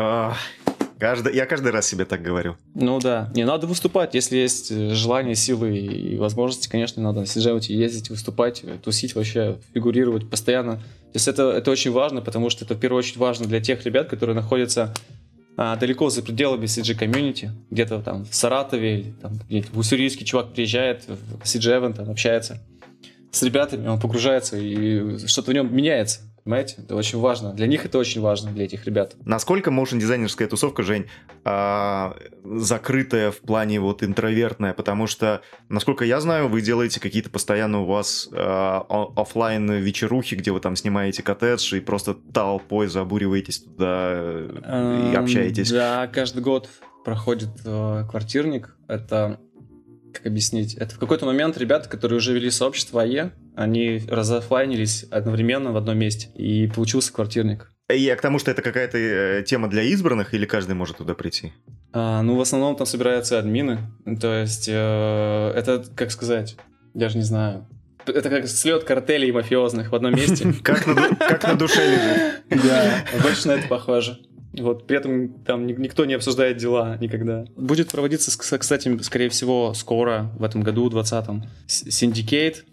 Каждый, я каждый раз себе так говорю. Ну да, не надо выступать, если есть желание, силы и возможности, конечно, надо на си джи ездить, выступать, тусить вообще, фигурировать постоянно. То есть это, это очень важно, потому что это в первую очередь важно для тех ребят, которые находятся а, далеко за пределами си джи-комьюнити, где-то там в Саратове, или там где-то в Уссурийске чувак приезжает в си джи-эвент, общается с ребятами, он погружается, и что-то в нем меняется. Понимаете? Это очень важно. Для них это очень важно, для этих ребят. Насколько моушн-дизайнерская тусовка, Жень, а, закрытая в плане вот интровертная? Потому что, насколько я знаю, вы делаете какие-то постоянно у вас а, офлайн вечерухи, где вы там снимаете коттедж и просто толпой забуриваетесь туда и общаетесь. Да, каждый год проходит э, квартирник. Это, как объяснить, это в какой-то момент ребята, которые уже вели сообщество АЕ, они разофлайнились одновременно в одном месте, и получился квартирник. И к тому, что это какая-то э, тема для избранных, или каждый может туда прийти? А, ну, в основном там собираются админы, то есть э, это, как сказать, даже не знаю, это как слет картелей мафиозных в одном месте. Как на душе лежит. Да, больше на это похоже. Вот, при этом там никто не обсуждает дела никогда. Будет проводиться, кстати, скорее всего, скоро, в этом году, двадцатом, Syndicate,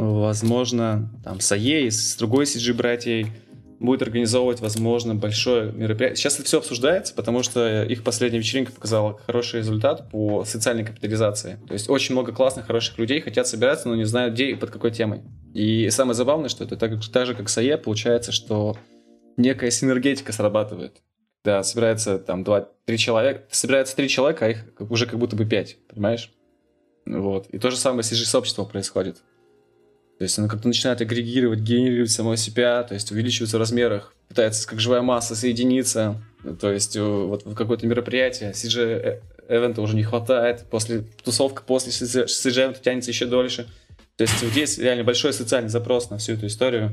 возможно, там, с АЕ, с другой си джи-братьей, будет организовывать, возможно, большое мероприятие. Сейчас это все обсуждается, потому что их последняя вечеринка показала хороший результат по социальной капитализации. То есть очень много классных, хороших людей хотят собираться, но не знают, где и под какой темой. И самое забавное, что это так, так же, как с АЕ, получается, что некая синергетика срабатывает. Да, собирается там два-три человека, собирается три человека, а их уже как будто бы пять, понимаешь? Вот. И то же самое с си джи-сообществом происходит. То есть оно как-то начинает агрегировать, генерировать само себя, то есть увеличивается в размерах, пытается как живая масса соединиться. То есть вот в какое-то мероприятие си джи-эвента уже не хватает, после тусовка после си джи-эвента тянется еще дольше. То есть вот есть реально большой социальный запрос на всю эту историю.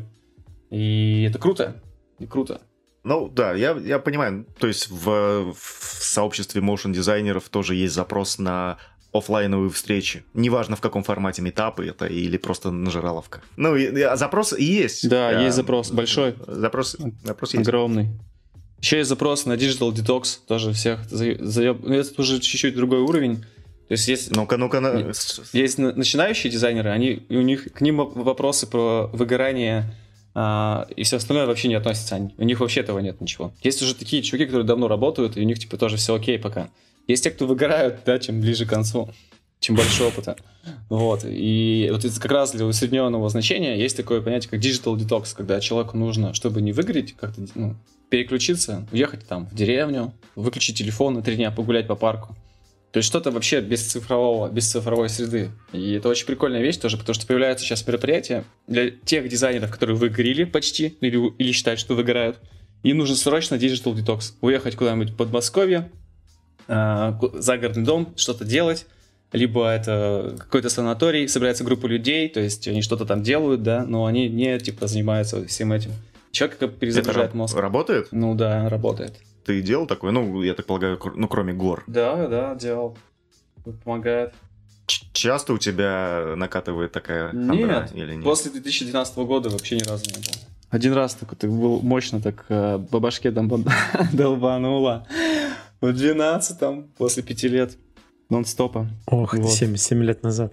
И это круто, и круто. Ну да, я, я понимаю, то есть в, в сообществе моушн-дизайнеров тоже есть запрос на офлайновые встречи. Неважно, в каком формате митапы это или просто нажираловка. Ну, и, и, запрос есть. Да, а, есть запрос большой. Запрос, запрос есть. Огромный. Еще есть запрос на Digital Detox, тоже всех заеб... Ну, это уже чуть-чуть другой уровень. То есть есть, ну-ка, ну-ка, на... есть начинающие дизайнеры, они, у них, к ним вопросы про выгорание а, и все остальное вообще не относятся. Они, у них вообще этого нет ничего. Есть уже такие чуваки, которые давно работают, и у них типа тоже все окей пока. Есть те, кто выгорают, да, чем ближе к концу, чем больше опыта. Вот. И вот это как раз для усредненного значения есть такое понятие, как digital detox, когда человеку нужно, чтобы не выгореть, как-то ну, переключиться, уехать там в деревню, выключить телефон на три дня, погулять по парку. То есть что-то вообще без цифрового, без цифровой среды. И это очень прикольная вещь тоже, потому что появляются сейчас мероприятия для тех дизайнеров, которые выгорели почти, или, или считают, что выгорают. Им нужно срочно digital detox. Уехать куда-нибудь в Подмосковье, э, загородный дом, что-то делать, либо это какой-то санаторий, собирается группа людей, то есть они что-то там делают, да, но они не, типа, занимаются всем этим. Человек как перезагружает Это мозг. Работает? Ну да, работает. Ты делал такое? Ну, я так полагаю, кр- ну, кроме гор. Да, да, делал. Помогает. Ч- часто у тебя накатывает такая хандра Нет, или нет? после две тысячи двенадцатого года вообще ни разу не было. Один раз так вот был мощно так э, по башке долба- долбануло. В двенадцатом, после пяти лет, нон-стопа. Ох, Вот. семь лет назад.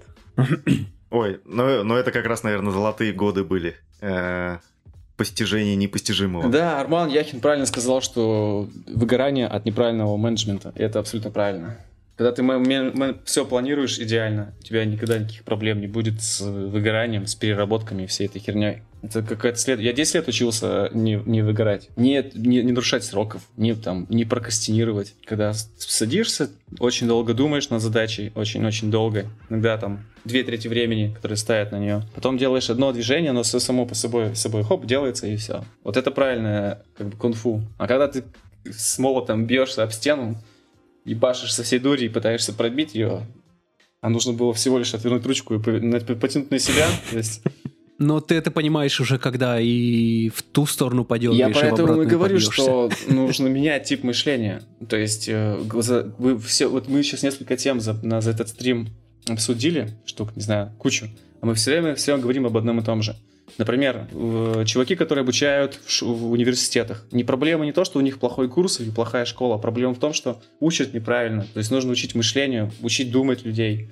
Ой, ну, ну это как раз, наверное, золотые годы были. Э, постижение непостижимого. Да, Арман Яхин правильно сказал, что выгорание от неправильного менеджмента. И это абсолютно правильно. Когда ты все планируешь идеально, у тебя никогда никаких проблем не будет с выгоранием, с переработками и всей этой херней. Это какая-то след... Я десять лет учился не, не выгорать, не, не, не нарушать сроков, не, там, не прокрастинировать. Когда садишься, очень долго думаешь над задачей, очень-очень долго. Иногда там две трети времени, которые ставят на нее. Потом делаешь одно движение, оно все само по собой, собой хоп, делается и все. Вот это правильное как бы кунг-фу. А когда ты с молотом бьешься об стену, ебашишь со всей дури и пытаешься пробить ее, а нужно было всего лишь отвернуть ручку и потянуть на себя. То есть... Но ты это понимаешь уже, когда и в ту сторону подергаешь, Я и в поэтому и обратную говорю, побьешься. что нужно менять тип мышления. То есть э, за- вы все, вот мы сейчас несколько тем за, на, за этот стрим обсудили, штук, не знаю, кучу, а мы все время, все время говорим об одном и том же. Например, э, чуваки, которые обучают в, ш- в университетах. Не проблема не то, что у них плохой курс или плохая школа, а проблема в том, что учат неправильно. То есть нужно учить мышлению, учить думать людей.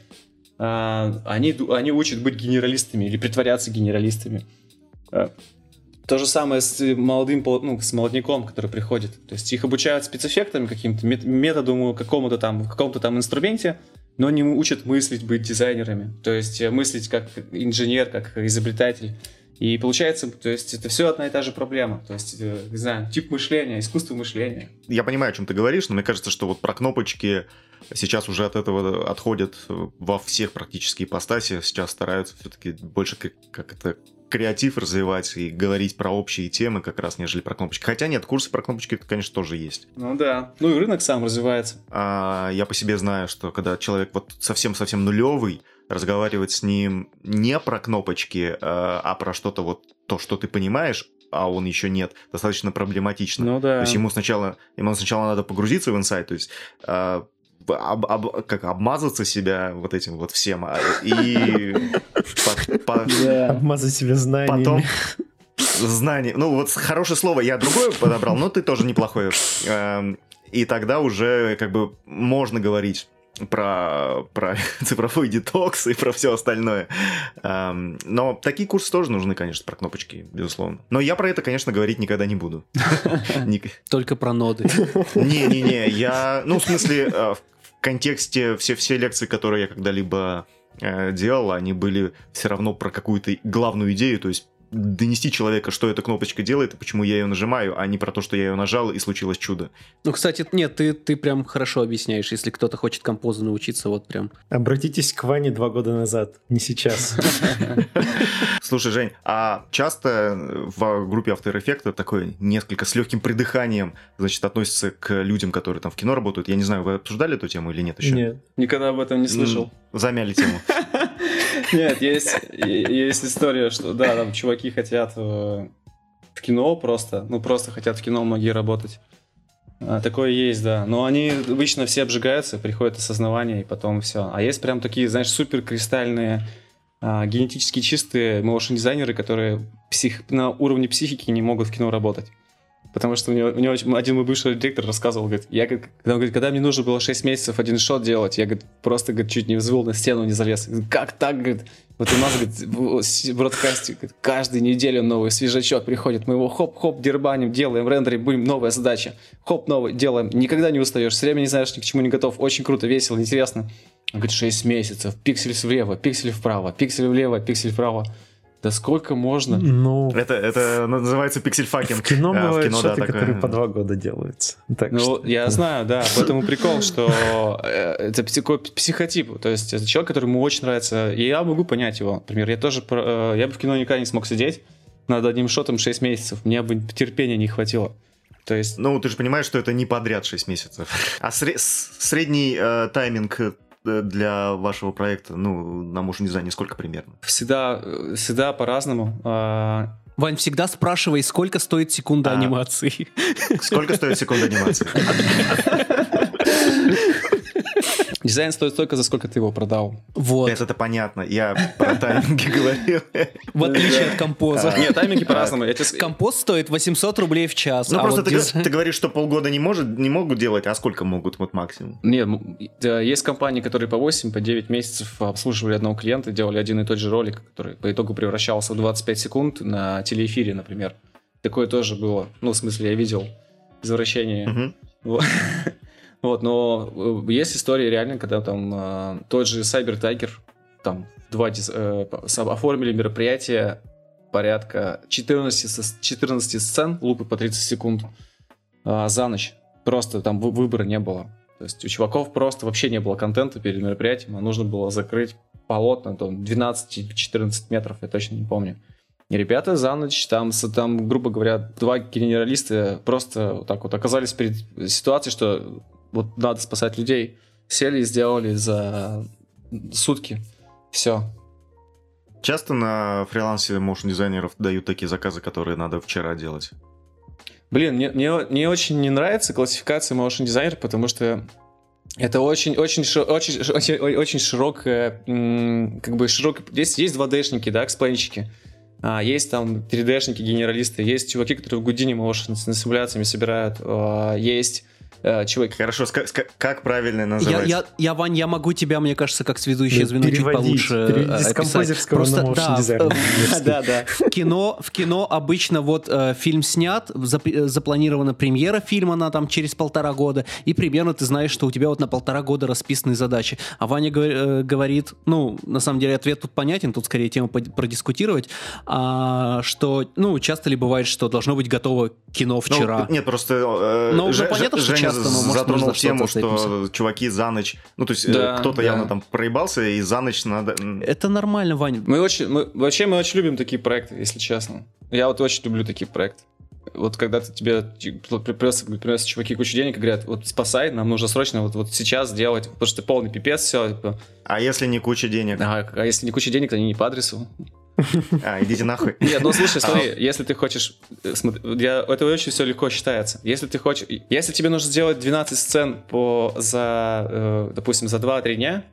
А, они, ду- они учат быть генералистами или притворяться генералистами. А, то же самое с молодым, пол- ну, с молодняком, который приходит. То есть их обучают спецэффектами каким-то, мет- методу какому-то там, в каком-то там инструменте, но не учат мыслить, быть дизайнерами. То есть э, мыслить как инженер, как изобретатель. И получается, то есть это все одна и та же проблема. То есть, э, не знаю, тип мышления, искусство мышления. Я понимаю, о чем ты говоришь, но мне кажется, что вот про кнопочки сейчас уже от этого отходят во всех практически ипостаси. Сейчас стараются все-таки больше как, как это креатив развивать и говорить про общие темы как раз, нежели про кнопочки. Хотя нет, курсы про кнопочки, конечно, тоже есть. Ну да. Ну и рынок сам развивается. А, я по себе знаю, что когда человек вот совсем-совсем нулевый, разговаривать с ним не про кнопочки, а, а про что-то вот то, что ты понимаешь, а он еще нет, достаточно проблематично. Ну да. То есть ему сначала, ему сначала надо погрузиться в инсайт, то есть а, об, об, как обмазаться себя вот этим вот всем, а, и по- по- Обмазать себя знаниями. потом знание. Ну вот хорошее слово я другое подобрал, но ты тоже неплохое. Эм, И тогда уже как бы можно говорить про, про цифровой детокс и про все остальное. Эм, Но такие курсы тоже нужны, конечно, про кнопочки, безусловно. Но я про это, конечно, говорить никогда не буду. Ник- Только про ноды. Не-не-не, я... Ну, в смысле, э, в контексте все, все лекции, которые я когда-либо э, делал, они были все равно про какую-то главную идею, то есть донести человека, что эта кнопочка делает и почему я ее нажимаю, а не про то, что я ее нажал и случилось чудо. Ну, кстати, нет, ты, ты прям хорошо объясняешь. Если кто-то хочет композу научиться, вот прям. Обратитесь к Ване два года назад, не сейчас. Слушай, Жень, а часто в группе After Effects такое несколько с легким придыханием, значит, относится к людям, которые там в кино работают? Я не знаю, вы обсуждали эту тему или нет еще? Нет. Никогда об этом не слышал. М, Замяли тему. Нет, есть, есть история, что да, там чуваки хотят в, в кино просто, ну просто хотят в кино многие работать. А, такое есть, да. Но они обычно все обжигаются, приходит осознавание и потом все. А есть прям такие, знаешь, супер кристальные, а, генетически чистые моушн-дизайнеры, которые псих, на уровне психики не могут в кино работать. Потому что у него, у него один мой бывший директор рассказывал, говорит, я, когда, он говорит, когда мне нужно было шесть месяцев один шот делать, я, говорит, просто, говорит, чуть не взвыл на стену, не залез. Говорит, как так, говорит, вот у нас, говорит, в бродкасте, говорит, каждую неделю новый свежачок приходит, мы его хоп-хоп дербаним, делаем, рендерим, будем, новая задача, хоп, новый, делаем, никогда не устаешь, все время не знаешь, ни к чему не готов, очень круто, весело, интересно. Он говорит, шесть месяцев, пиксель влево, пиксель вправо, пиксель влево, пиксель вправо. Да сколько можно? Ну, Это, это называется пиксельфакинг. в кино А, бывают да, шоты, такое. которые по два года делаются. Так Ну, что- я знаю, да, поэтому прикол, что э, это такой психотип, то есть это человек, которому очень нравится, и я могу понять его. Например, я тоже, про- э, я бы в кино никогда не смог сидеть над одним шотом шесть месяцев, мне бы терпения не хватило. То есть... Ну, ты же понимаешь, что это не подряд шесть месяцев. А сре- средний э, тайминг для вашего проекта, ну, на motion дизайне сколько примерно? Всегда, всегда по-разному. Вань, всегда спрашивай, сколько стоит секунда а, анимации. Сколько стоит секунда анимации? Дизайн стоит столько, за сколько ты его продал. Вот. Это-то понятно. Я про тайминги говорил. В отличие от композа. Нет, тайминги по-разному. Композ стоит восемьсот рублей в час. Ну, просто ты говоришь, что полгода не могут делать, а сколько могут вот максимум? Нет, есть компании, которые по восемь, по девять месяцев обслуживали одного клиента, делали один и тот же ролик, который по итогу превращался в двадцать пять секунд на телеэфире, например. Такое тоже было. Ну, в смысле, я видел извращение. Вот, но есть истории реально, когда там э, тот же Cyber Tiger, там два э, оформили мероприятие порядка четырнадцать, четырнадцать сцен, лупы по тридцать секунд э, за ночь. Просто там выбора не было. То есть у чуваков просто вообще не было контента перед мероприятием, а нужно было закрыть полотна, там двенадцать-четырнадцать метров, я точно не помню. И ребята за ночь, там, там, грубо говоря, два генералиста просто вот так вот оказались перед ситуацией, что вот надо спасать людей. Сели и сделали за сутки. Все. Часто на фрилансе моушн-дизайнеров дают такие заказы, которые надо вчера делать? Блин, мне, мне, мне очень не нравится классификация моушн-дизайнера, потому что это очень, очень, очень, очень, очень широкая, как бы широкая... Есть, есть два дэ-шники, да, эксплейнщики. А, есть там три дэ-шники, генералисты, есть чуваки, которые в Houdini моушн с симуляциями собирают, а, есть... Чувак. Хорошо, ска- как правильно называть? Я, я, я, Вань, я могу тебя, мне кажется, как сведущее звено чуть получше переводить с композерского Просто, на motion да, дизайн. Да, да. В кино, в кино обычно вот э, фильм снят, зап- запланирована премьера фильма на там через полтора года, и примерно ты знаешь, что у тебя вот на полтора года расписаны задачи. А Ваня говор- э, говорит, ну, на самом деле ответ тут понятен, тут скорее тему продискутировать, а, что, ну, часто ли бывает, что должно быть готово кино вчера? Ну, нет, просто... Э, ну, Ж- понятно, что Женя часто, но, может, затронул тему, что, что чуваки за ночь, ну, то есть да, кто-то да. явно там проебался, и за ночь надо... Это нормально, Вань. Мы очень, мы, вообще мы очень любим такие проекты, если честно. Я вот очень люблю такие проекты. Вот когда ты, тебе приносят, приносят чуваки кучу денег и говорят, вот спасай, нам нужно срочно вот, вот сейчас сделать, потому что ты полный пипец, все. А если не куча денег? А, а если не куча денег, то они не по адресу. А, идите нахуй. Нет, ну слушай, смотри, если ты хочешь... Смотри, я, это очень все легко считается. Если ты хочешь... Если тебе нужно сделать двенадцать сцен по, за, э, допустим, за два-три дня,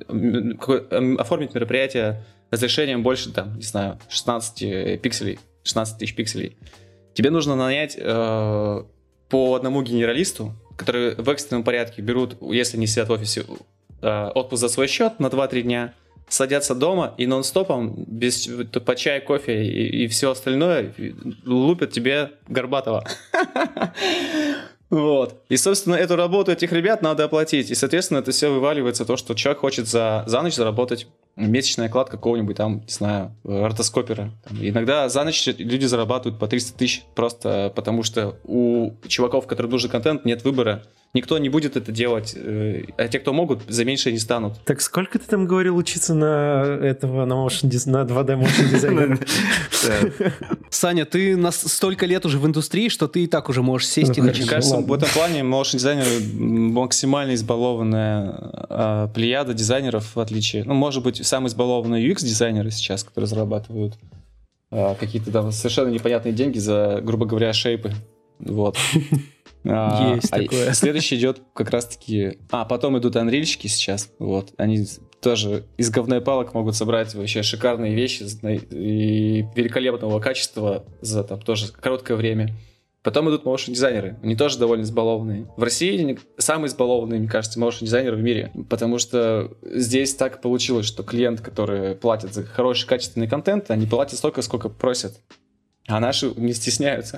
оформить мероприятие разрешением больше, там, не знаю, шестнадцать пикселей, шестнадцать тысяч пикселей, тебе нужно нанять э, по одному генералисту, которые в экстренном порядке берут, если не сидят в офисе, э, отпуск за свой счет на два-три дня, садятся дома и нон-стопом, без, по чаю, кофе и, и все остальное лупят тебе Горбатова. Вот. И, собственно, эту работу этих ребят надо оплатить. И, соответственно, это все вываливается то, что человек хочет за, за ночь заработать месячный оклад какого-нибудь там, не знаю, ротоскопера. Там. Иногда за ночь люди зарабатывают по триста тысяч просто потому, что у чуваков, которым нужен контент, нет выбора. Никто не будет это делать, а те, кто могут, за меньше не станут. Так сколько ты там говорил учиться на этого, на, motion, на два дэ motion дизайнера? Саня, ты столько лет уже в индустрии, что ты и так уже можешь сесть и начать. Мне кажется, в этом плане motion дизайнеры максимально избалованная плеяда дизайнеров, в отличие, ну, может быть, самые избалованные ю экс-дизайнеры сейчас, которые зарабатывают какие-то там совершенно непонятные деньги за, грубо говоря, шейпы. Вот. А, Есть а такое. Следующий идет как раз-таки... А, потом идут анрильщики сейчас. Вот. Они тоже из говна и палок могут собрать вообще шикарные вещи и великолепного качества за там тоже короткое время. Потом идут моушн-дизайнеры. Они тоже довольно избалованные. В России самые избалованные, мне кажется, моушн-дизайнеры в мире. Потому что здесь так получилось, что клиент, который платит за хороший качественный контент, они платят столько, сколько просят. А наши не стесняются.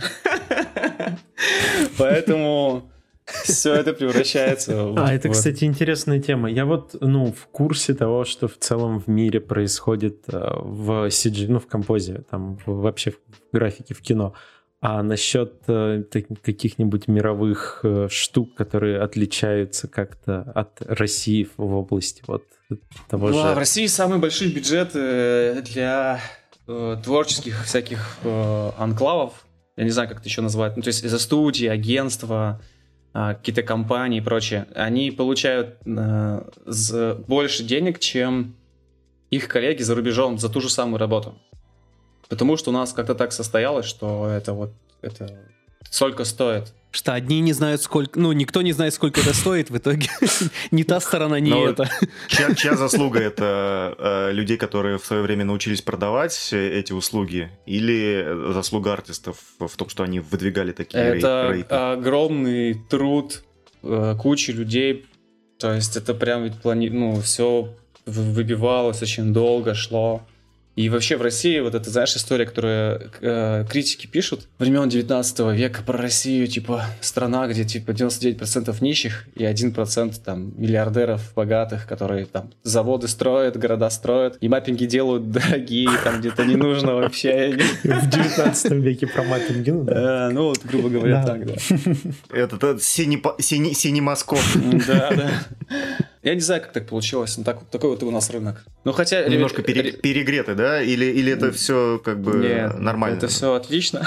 Поэтому все это превращается в... А, это, кстати, интересная тема. Я вот, ну, в курсе того, что в целом в мире происходит в си джи, ну, в композе, там, вообще в графике, в кино. А насчет каких-нибудь мировых штук, которые отличаются как-то от России в области вот того же... В России самый большой бюджет для... творческих всяких э, анклавов я не знаю, как это еще назвать, ну, то есть за студии, агентства, какие-то компании и прочее, они получают э, больше денег, чем их коллеги за рубежом за ту же самую работу. Потому что у нас как-то так состоялось, что это вот это столько стоит. Что одни не знают, сколько... Ну, никто не знает, сколько это стоит в итоге. Не та сторона, не эта. Чья заслуга это людей, которые в свое время научились продавать эти услуги, или заслуга артистов в том, что они выдвигали такие рейты? Это огромный труд кучи людей. То есть это прям ведь плани... ну, все выбивалось очень долго, шло. И вообще в России вот это, знаешь, история, которую э, критики пишут времен девятнадцатого века про Россию, типа страна, где типа девяносто девять процентов нищих и один процент там миллиардеров богатых, которые там заводы строят, города строят, и маппинги делают дорогие, там где-то не нужно вообще. В девятнадцатом веке про маппинги, ну да. Ну вот, грубо говоря, так, да. Это синий Москов. Да, да. Я не знаю, как так получилось, но так, такой вот у нас рынок. Ну, хотя... Немножко пере, перегреты, да? Или, или это все как бы Нет, нормально? Это все отлично.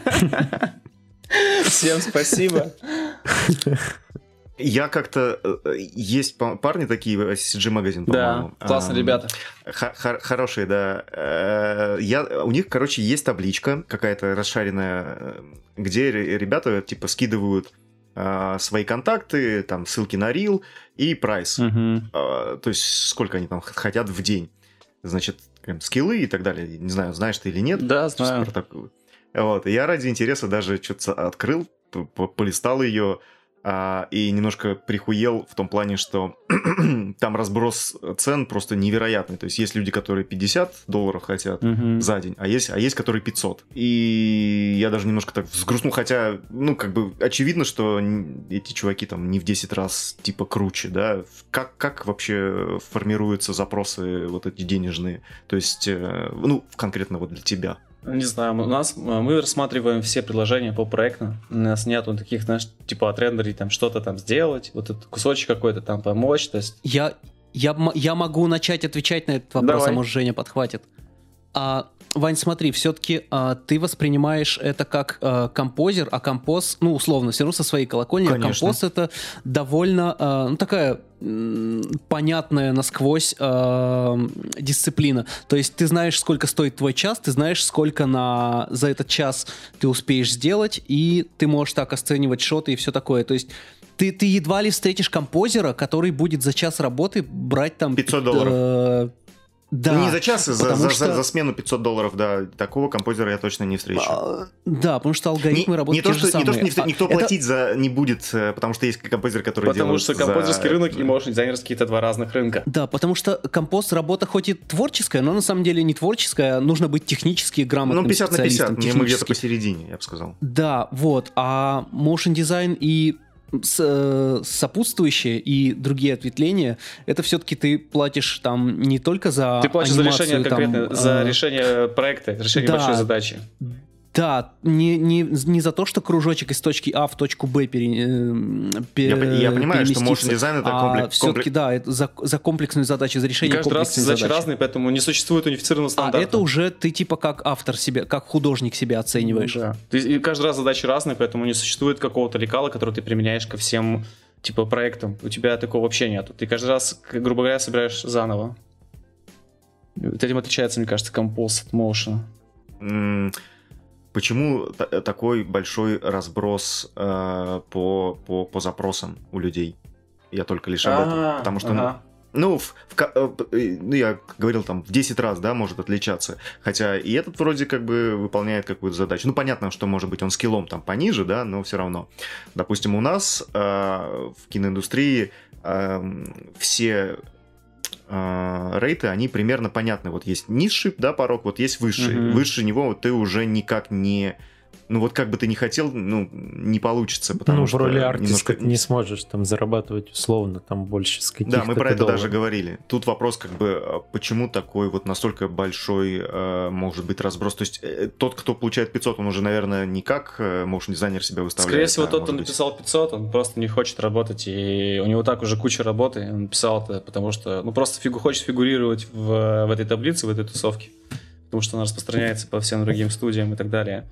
Всем спасибо. Я как-то... Есть парни такие, си джи магазин, по-моему. Да, классные ребята. Хорошие, да. Я, у них, короче, есть табличка какая-то расшаренная, где ребята типа скидывают свои контакты, там ссылки на Reel и прайс. Uh-huh. А, то есть сколько они там хотят в день. Значит, скиллы и так далее. Не знаю, знаешь ты или нет. Да, знаю. Вот. И я ради интереса даже что-то открыл, полистал ее, а, и немножко прихуел в том плане, что там разброс цен просто невероятный. То есть есть люди, которые пятьдесят долларов хотят uh-huh. за день, а есть, а есть, которые пятьсот. И я даже немножко так взгрустнул, хотя, ну, как бы очевидно, что эти чуваки там не в десять раз типа круче, да. Как, как вообще формируются запросы вот эти денежные? То есть, ну, конкретно вот для тебя. Не знаю, у нас, мы рассматриваем все предложения по проекту. У нас нету таких, знаешь, типа отрендерить, там что-то там сделать, вот этот кусочек какой-то там помочь. То есть... я, я, я могу начать отвечать на этот вопрос, Давай. А может Женя подхватит. А, Вань, смотри, все-таки а, ты воспринимаешь это как а, композер, а композ, ну, условно, все равно со своей колокольни, а композ это довольно, а, ну, такая м- понятная насквозь а, дисциплина. То есть ты знаешь, сколько стоит твой час, ты знаешь, сколько на, за этот час ты успеешь сделать, и ты можешь так оценивать шоты и все такое. То есть ты, ты едва ли встретишь композера, который будет за час работы брать там... пятьсот долларов. Э- Да, ну, не за час, за, за, что... за смену пятьсот долларов, да. Такого композера я точно не встречу. А, да, потому что алгоритмы не, работают не те то, же что, не то, что самые. никто, никто а, платить это... за не будет, потому что есть композеры, которые потому делают что композерский за... рынок и мощный дизайнерский — это два разных рынка. Да, потому что композ работа хоть и творческая, но на самом деле не творческая, нужно быть технически грамотным ну, пятьдесят на пятьдесят, специалистом. мы где-то посередине, я бы сказал. Да, вот. А motion дизайн и с, э, сопутствующие и другие ответвления, это все-таки ты платишь там не только за Ты платишь анимацию, за решение там, конкретно, за э, решение проекта, решение да, большой задачи. Да, не, не, не за то, что кружочек из точки А в точку Б пере, пере, я, я понимаю, что motion дизайн это комплекс. А все-таки, да, это за, за комплексную задачу, за решение каждый раз задачи задачи. разные, поэтому не существует унифицированного стандарта. А это уже ты типа как автор себя, как художник себя оцениваешь. Да. Ты, и каждый раз задачи разные, поэтому не существует какого-то лекала, который ты применяешь ко всем типа проектам. У тебя такого вообще нету. Ты каждый раз, грубо говоря, собираешь заново. Вот этим отличается, мне кажется, композ от motion. Mm. Почему т- такой большой разброс э, по, по, по запросам у людей? Я только лишь об этом. А-а-а, Потому что, ага. ну, в, в, э, ну, я говорил, там, в десять раз, да, может отличаться. Хотя и этот вроде как бы выполняет какую-то задачу. Ну, понятно, что, может быть, он скиллом там пониже, да, но все равно. Допустим, у нас э, в киноиндустрии э, все... рейты, они примерно понятны. Вот есть низший, да, порог, вот есть высший. Mm-hmm. Выше него вот ты уже никак не... Ну вот как бы ты ни хотел, ну, не получится, потому ну, что... в роли артиста немножко... ты не сможешь там зарабатывать условно там больше с каких-то... Да, мы про это долларов. даже говорили. Тут вопрос как бы, почему такой вот настолько большой э, может быть разброс. То есть э, тот, кто получает пятьсот, он уже, наверное, не как э, motion дизайнер себя выставляет. Скорее всего, а, тот, кто быть... написал пятьсот, он просто не хочет работать, и у него так уже куча работы, он написал это, потому что, ну, просто фигу, хочет фигурировать в, в этой таблице, в этой тусовке, потому что она распространяется по всем другим студиям и так далее.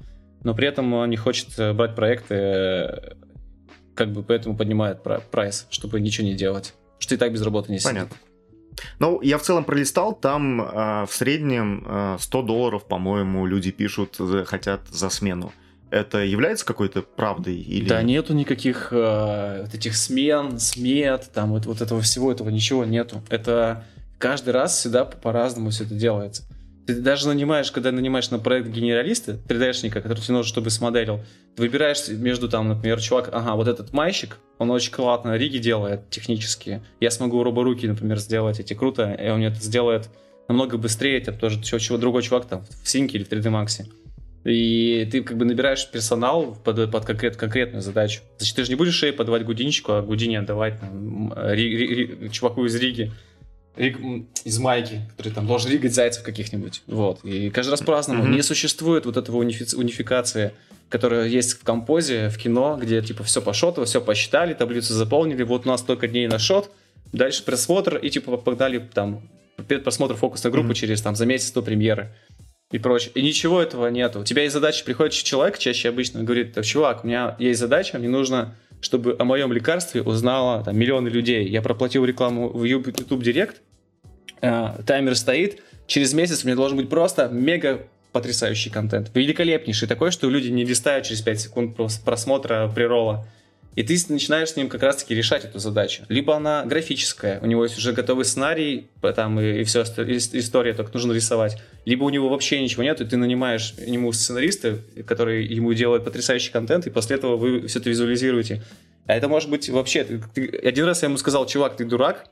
но при этом он не хочет брать проекты, как бы поэтому поднимает прайс, чтобы ничего не делать. Что и так без работы не сидит. Понятно. Ну, я в целом пролистал, там э, в среднем э, сто долларов, по-моему, люди пишут, хотят за смену. Это является какой-то правдой? Или... Да нету никаких э, вот этих смен, смет, там вот, вот этого всего, этого ничего нету. Это каждый раз всегда по-разному все это делается. Ты даже нанимаешь, когда нанимаешь на проект генералиста, три дэ-шника, который тебе нужно, чтобы смоделил, ты выбираешь между там, например, чувак, ага, вот этот майщик, он очень классно риги делает технические. Я смогу роборуки, например, сделать эти круто, и он мне это сделает намного быстрее, там тоже чего другой чувак там в Синке или в три дэ Max. И ты как бы набираешь персонал под, под конкрет, конкретную задачу. Значит, ты же не будешь шею подавать Гудинчику, а Гудине отдавать там, ри, ри, ри, чуваку из Риги, риг, из Майки, который там должен ригать зайцев каких-нибудь. Вот. И каждый раз по-разному. Mm-hmm. Не существует вот этого унифи- унификации, которая есть в композе, в кино, где типа все по шоту, все посчитали, таблицу заполнили, вот у нас столько дней на шот, дальше просмотр, и типа погнали там просмотр фокусной группы mm-hmm. через там за месяц до премьеры. И прочее. И ничего этого нету. У тебя есть задача, приходит человек, чаще обычно, говорит, так, чувак, у меня есть задача, мне нужно, чтобы о моем лекарстве узнало там, миллионы людей. Я проплатил рекламу в YouTube Direct, э, таймер стоит, через месяц у меня должен быть просто мега потрясающий контент. Великолепнейший, такой, что люди не листают через пять секунд просмотра преролла. И ты начинаешь с ним как раз-таки решать эту задачу. Либо она графическая, у него есть уже готовый сценарий, там и, и все, история, только нужно рисовать. Либо у него вообще ничего нет, и ты нанимаешь ему сценариста, который ему делает потрясающий контент, и после этого вы все это визуализируете. А это может быть вообще... Ты, один раз я ему сказал, чувак, ты дурак?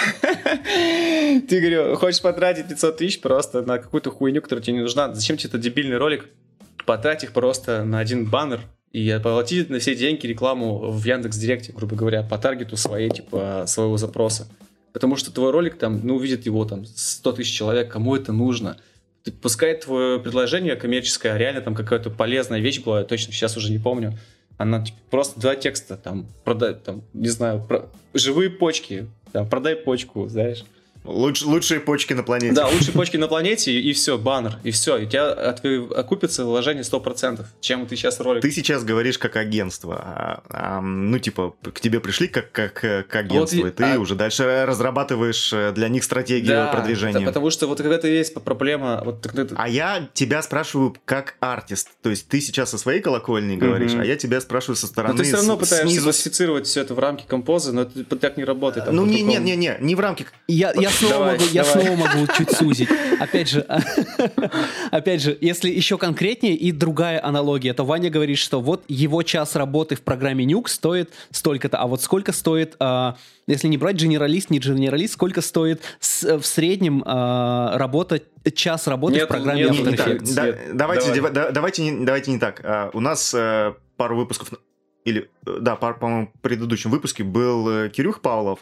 Ты, говорю, хочешь потратить пятьсот тысяч просто на какую-то хуйню, которая тебе не нужна? Зачем тебе этот дебильный ролик? Потрать их просто на один баннер, и оплатить на все деньги рекламу в Яндекс.Директе, грубо говоря, по таргету своей, типа, своего запроса. Потому что твой ролик там, ну, увидит его там сто тысяч человек, кому это нужно? Ты, пускай твое предложение коммерческое, реально там какая-то полезная вещь была, я точно сейчас уже не помню. Она типа, просто два текста, там, продай, там, не знаю, про... живые почки, там, продай почку, знаешь. Луч, лучшие почки на планете. Да, лучшие почки на планете, и, и все, баннер, и все. И у тебя от, окупится вложение сто процентов, чем ты сейчас ролик. Ты сейчас говоришь как агентство. А, а, ну, типа, к тебе пришли как, как к агентству, вот, и ты а... уже дальше разрабатываешь для них стратегию да, продвижения. Да, потому что вот когда-то есть проблема... Вот, когда... А я тебя спрашиваю как артист. То есть ты сейчас со своей колокольни говоришь, mm-hmm. а я тебя спрашиваю со стороны... Но ты все равно с, пытаешься снизу... классифицировать все это в рамки композа, но это так не работает. Ну, не, не, не, не, не в рамки... Я, я снова, давай, могу, я давай. снова могу чуть сузить. Опять же, опять же, если еще конкретнее и другая аналогия, то Ваня говорит, что вот его час работы в программе Nuke стоит столько-то, а вот сколько стоит, э, если не брать генералист, не генералист, сколько стоит с, в среднем э, работа, час работы нет, в программе нет, After нет, Effects? Да, нет, давайте, давай. да, давайте, не, давайте не так. Uh, у нас uh, пару выпусков... Или, да, по, по-моему, в предыдущем выпуске был Кирюх Павлов,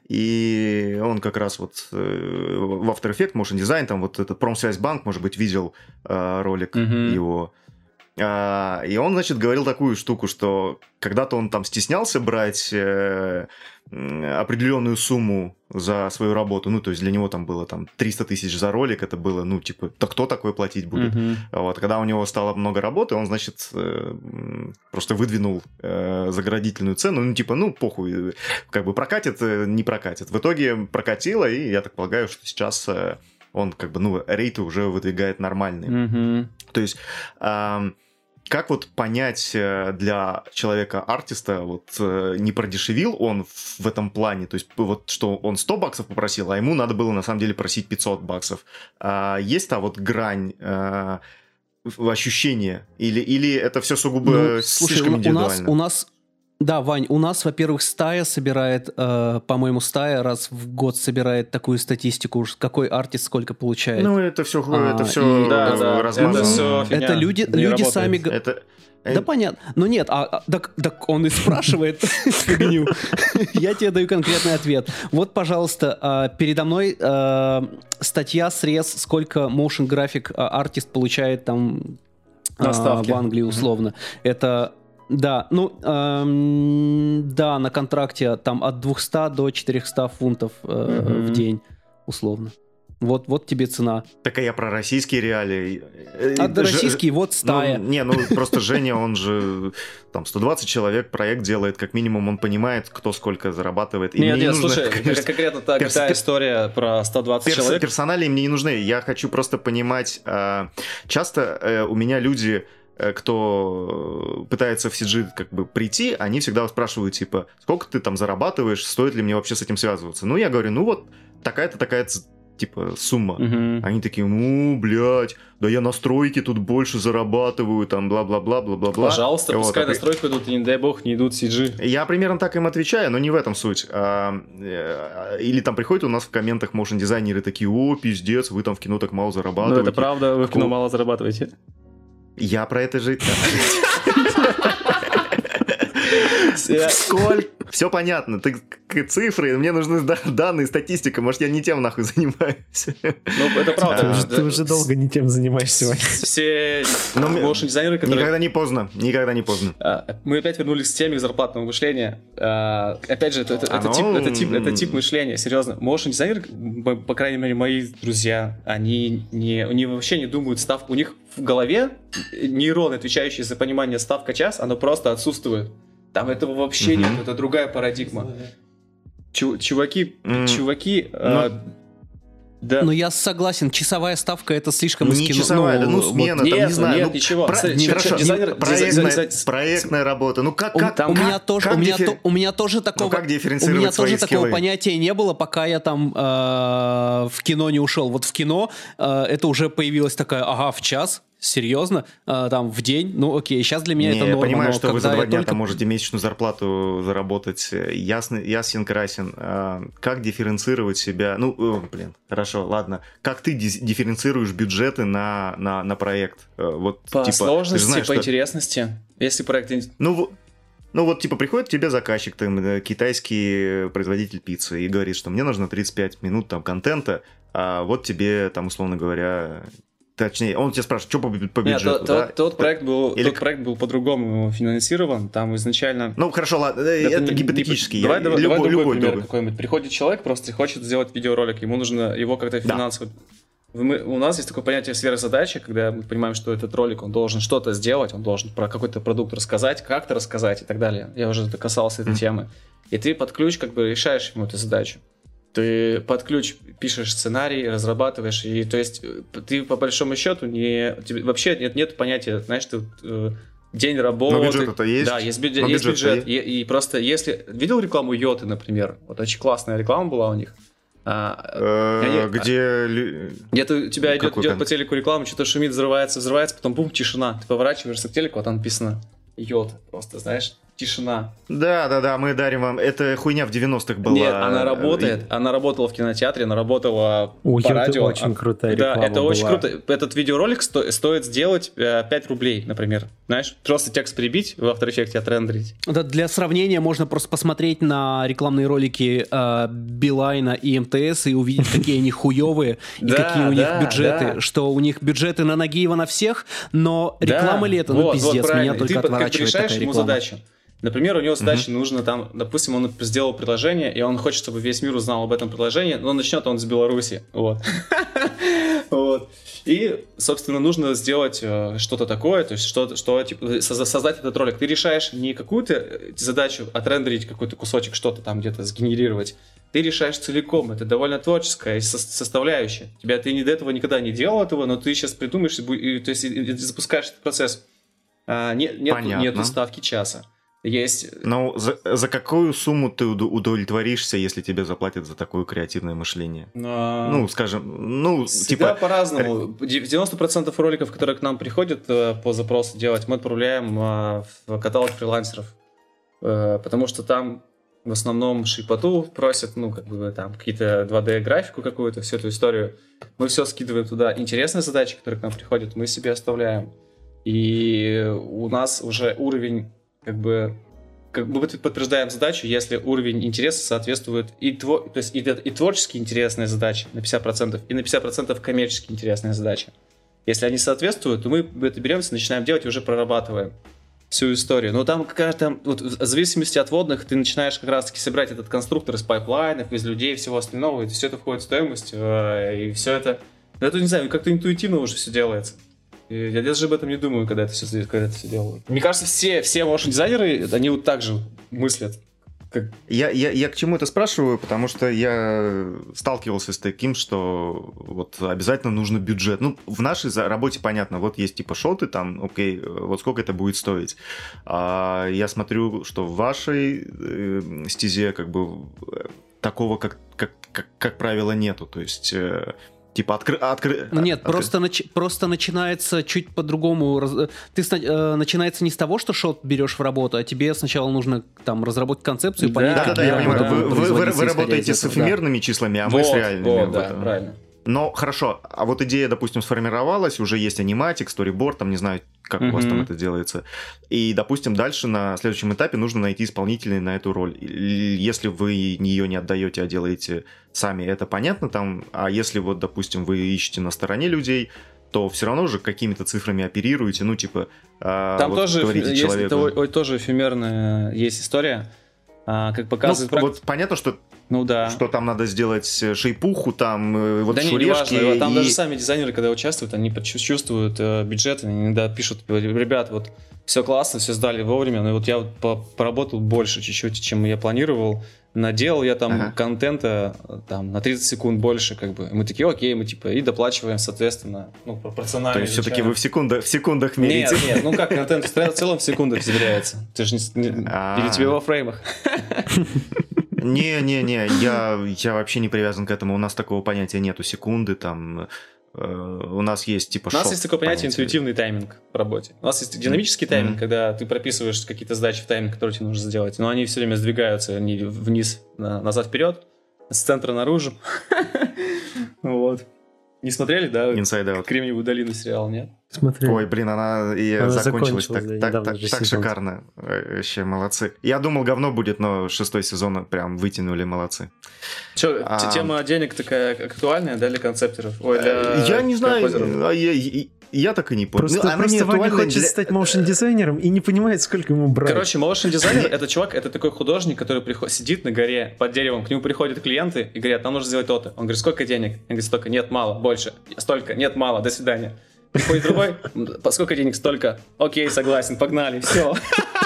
и он как раз вот э, в After Effects, Motion Design, там вот этот Промсвязьбанк, может быть, видел э, ролик mm-hmm. его. А, и он, значит, говорил такую штуку, что когда-то он там стеснялся брать э, определенную сумму за свою работу, ну, то есть для него там было там триста тысяч за ролик, это было, ну, типа, да кто такое платить будет? Mm-hmm. Вот, когда у него стало много работы, он, значит, э, просто выдвинул э, заградительную цену, ну, типа, ну, похуй, как бы прокатит, не прокатит. В итоге прокатило, и я так полагаю, что сейчас... Э, он как бы, ну, рейты уже выдвигает нормальные. Mm-hmm. То есть, э, как вот понять для человека-артиста, вот не продешевил он в этом плане, то есть вот что он сто баксов попросил, а ему надо было на самом деле просить пятьсот баксов. А есть та вот грань... Э, ощущения? Или, или это все сугубо ну, слушай, слишком индивидуально? У нас... У нас... Да, Вань, у нас, во-первых, стая собирает, э, по-моему, стая раз в год собирает такую статистику, уж какой артист сколько получает. Ну, это все, а, это все и... да, да, размазано. Это, все это люди, люди сами... Это... Да понятно. Но нет, а, так, так он и спрашивает фигню. Я тебе даю конкретный ответ. Вот, пожалуйста, передо мной статья, срез, сколько motion graphic артист получает там в Англии условно. Это... Да, ну, эм, да, на контракте там от двухсот до четырехсот фунтов э, mm-hmm. в день, условно. Вот, вот тебе цена. Так а я про российские реалии. А до российские вот стая. Ну, не, ну просто Женя, он же там сто двадцать человек проект делает, как минимум он понимает, кто сколько зарабатывает. И нет, нет, не нужно, слушай, конечно, конкретно та, перс- та история про сто двадцать перс- человек. Персонали мне не нужны, я хочу просто понимать. Э, часто э, у меня люди, э, кто пытается в си джи как бы прийти, они всегда спрашивают, типа, сколько ты там зарабатываешь, стоит ли мне вообще с этим связываться? Ну, я говорю, ну вот такая-то такая типа сумма. Угу. Они такие, ну, блядь, да я на стройке тут больше зарабатываю, там, бла-бла-бла, бла-бла-бла. Пожалуйста, вот, пускай а на ты... стройку идут, и не дай бог, не идут в си джи. Я примерно так им отвечаю, но не в этом суть. А, или там приходят у нас в комментах моушн-дизайнеры такие, о, пиздец, вы там в кино так мало зарабатываете. Ну, это правда, вы в кино мало зарабатываете. Я про это же... Сколько? Все понятно. Ты цифры, мне нужны данные, статистика. Может, я не тем нахуй занимаюсь. Ну, это правда. А, ты, ты уже долго не тем занимаешься. Все моушн-дизайнеры, которые... Никогда не поздно. Никогда не поздно. Мы опять вернулись к теме зарплатного мышления. Опять же, это, это, это, тип, это, тип, это тип мышления. Серьезно. Моушн-дизайнеры, по крайней мере, мои друзья, они, не, они вообще не думают ставку. У них в голове нейроны, отвечающие за понимание ставка-час, оно просто отсутствует. Там этого вообще mm-hmm. нет, это другая парадигма. Чу- чуваки, mm. чуваки, Но... а, да. Но я согласен, часовая ставка это слишком из не кино. часовая, ну, да, ну смена, вот, там, нет, не знаю. Нет, ну, ничего. Про... Смотри, не, ч- хорошо, дизайнер, проектная, дизайнер, проектная работа. Ну как, как, там, у как, меня тоже, как у меня, диффер... то, у меня тоже такого, ну, как у дифференцировать меня свои тоже скиллы? такого понятия не было, пока я там э, в кино не ушел. Вот в кино э, это уже появилась такая, ага, в час. Серьезно? А, там в день? Ну окей, сейчас для меня не, это норма. Я понимаю, что вы за два дня только... там можете месячную зарплату заработать. Ясно, ясен, красен. А, как дифференцировать себя? Ну, о, блин, хорошо, ладно. Как ты дифференцируешь бюджеты на, на, на проект? Вот, по типа, сложности, знаешь, по что... интересности. Если проект... Ну, ну вот, типа, приходит к тебе заказчик, там, китайский производитель пиццы, и говорит, что мне нужно тридцать пять минут там контента, а вот тебе, там, условно говоря... Точнее, он тебя спрашивает, что по, по бюджету, Нет, тот, да? тот, тот, проект был, Или... тот проект был по-другому финансирован, там изначально... Ну, хорошо, ладно, это, это не, гипотетически. Давай, я... давай, любой, давай другой любой, пример любой. какой-нибудь. Приходит человек, просто хочет сделать видеоролик, ему нужно его как-то финансово... Да. Мы, у нас есть такое понятие сферозадачи, когда мы понимаем, что этот ролик, он должен что-то сделать, он должен про какой-то продукт рассказать, как-то рассказать и так далее. Я уже касался этой mm. темы. И ты под ключ как бы решаешь ему эту задачу. Ты под ключ пишешь сценарий, разрабатываешь, и то есть ты по большому счету не тебе, вообще нет, нет понятия, знаешь, ты э, день работы. Но бюджет-то есть. Да, есть бюджет, есть бюджет. И, и просто если видел рекламу Йоты, например, вот очень классная реклама была у них. А, где где-то у тебя идет, идет по телеку реклама, что-то шумит, взрывается, взрывается, потом бум, тишина. Ты поворачиваешься к телеку, а там написано Йота, просто знаешь. Тишина. Да, да, да, мы дарим вам. Это хуйня в девяностых была. Нет, она работает. И... Она работала в кинотеатре, она работала О, по радио. Это очень крутая реклама. Да, это была. очень круто. Этот видеоролик сто... стоит сделать пять рублей, например. Знаешь, просто текст прибить, в After Effects отрендерить. Да, для сравнения можно просто посмотреть на рекламные ролики э, Билайна и МТС и увидеть, какие они хуевые и какие у них бюджеты. Что у них бюджеты на Нагиева на всех, но реклама ли это? Ну, пиздец, меня только отворачивает такая реклама. Например, у него задача uh-huh. нужно там, допустим, он сделал приложение, и он хочет, чтобы весь мир узнал об этом приложении, но начнет он с Беларуси. Вот. вот. И, собственно, нужно сделать э, что-то такое, то есть что, что типа, создать этот ролик. Ты решаешь не какую-то задачу отрендерить какой-то кусочек, что-то там где-то сгенерировать. Ты решаешь целиком. Это довольно творческая со- составляющая. Тебя ты до этого никогда не делал этого, но ты сейчас придумаешь, и, и, то есть и, и, и запускаешь этот процесс. А, не, нет, нету ставки часа. Есть. Но за, за какую сумму ты удовлетворишься, если тебе заплатят за такое креативное мышление? А... Ну, скажем, ну, всегда типа... по-разному. девяносто процентов роликов, которые к нам приходят по запросу делать, мы отправляем в каталог фрилансеров. Потому что там в основном шипоту просят, ну, как бы там какие-то два дэ-графику какую-то, всю эту историю. Мы все скидываем туда. Интересные задачи, которые к нам приходят, мы себе оставляем. И у нас уже уровень как бы, как бы мы подтверждаем задачу, если уровень интереса соответствует и, твор, то есть и, и творчески интересная задача на пятьдесят процентов, и на пятьдесят процентов коммерчески интересная задача. Если они соответствуют, то мы это беремся, начинаем делать и уже прорабатываем. всю историю. Но там какая-то, вот, в зависимости от водных, ты начинаешь как раз-таки собирать этот конструктор из пайплайнов, из людей и всего остального, и все это входит в стоимость, и все это, это, не знаю, как-то интуитивно уже все делается. И я даже об этом не думаю, когда это все, когда это все делаю. Мне кажется, все, все motion дизайнеры, они вот так же мыслят. Как... Я, я, я к чему это спрашиваю, потому что я сталкивался с таким, что вот обязательно нужно бюджет. Ну, в нашей работе понятно, вот есть типа шоты, там, окей, вот сколько это будет стоить. А я смотрю, что в вашей э, стезе как бы такого, как, как, как, как правило, нету. То есть... Э, Типа откры... откры... Ну нет, откры... просто, нач... просто начинается чуть по-другому. Ты э, начинается не с того, что шот берешь в работу, а тебе сначала нужно там разработать концепцию, да, понять, да, как да, я понимаю. Вы, вы, вы, вы работаете с эфемерными да. числами, а вот, мы с реальными. Вот, да, правильно. Но хорошо, а вот идея, допустим, сформировалась, уже есть аниматик, сториборд, там не знаю, как mm-hmm. у вас там это делается. И, допустим, дальше на следующем этапе нужно найти исполнителей на эту роль. И если вы ее не отдаете, а делаете сами, это понятно там. А если вот, допустим, вы ищете на стороне людей, то все равно же какими-то цифрами оперируете, ну, типа, там вот тоже есть, человеку... это, тоже эфемерная есть история, а, как показывает... Ну, вот понятно, что Ну да. Что там надо сделать шейпуху, там вот да шурешки. Не, не важно. Там и... даже сами дизайнеры, когда участвуют, они чувствуют э, бюджет, они иногда пишут: ребят, вот все классно, все сдали вовремя, но вот я вот поработал больше чуть-чуть, чем я планировал. Наделал я там ага. контента там, на тридцать секунд больше, как бы. Мы такие, окей, мы типа и доплачиваем, соответственно, ну, пропорционально. То есть все-таки вы в секундах, в секундах мерите? Нет, нет, ну как, контент в целом в секундах измеряется. Ты же не... Или тебе во фреймах? Не-не-не, я, я вообще не привязан к этому. У нас такого понятия нету, секунды там. Э, у нас есть типа У нас есть такое понятие, понятие интуитивный тайминг в работе. У нас есть динамический тайминг, mm-hmm. когда ты прописываешь какие-то задачи в тайминг, которые тебе нужно сделать, но они все время сдвигаются, они вниз, назад-вперед, с центра наружу. Вот. Не смотрели, да? Inside Out. Кремниевую долину сериал, нет? Смотрели. Ой, блин, она и она закончилась, закончилась так, да, так, так, так шикарно. Вообще молодцы. Я думал, говно будет, но шестой сезон прям вытянули, молодцы. Че, а... тема денег такая актуальная, да, для концептеров? Ой, для... Я не знаю, я, я, я так и не понял. Просто, ну, просто Ваня хочет для... стать моушн-дизайнером и не понимает, сколько ему брать. Короче, моушн-дизайнер — это чувак, это такой художник, который приход... сидит на горе под деревом, к нему приходят клиенты и говорят: нам нужно сделать то-то. Он говорит: сколько денег? Он говорит: столько. Нет, мало, больше. Столько. Нет, мало, до свидания. Приходит другой: сколько денег? Столько. Окей, согласен, погнали, все.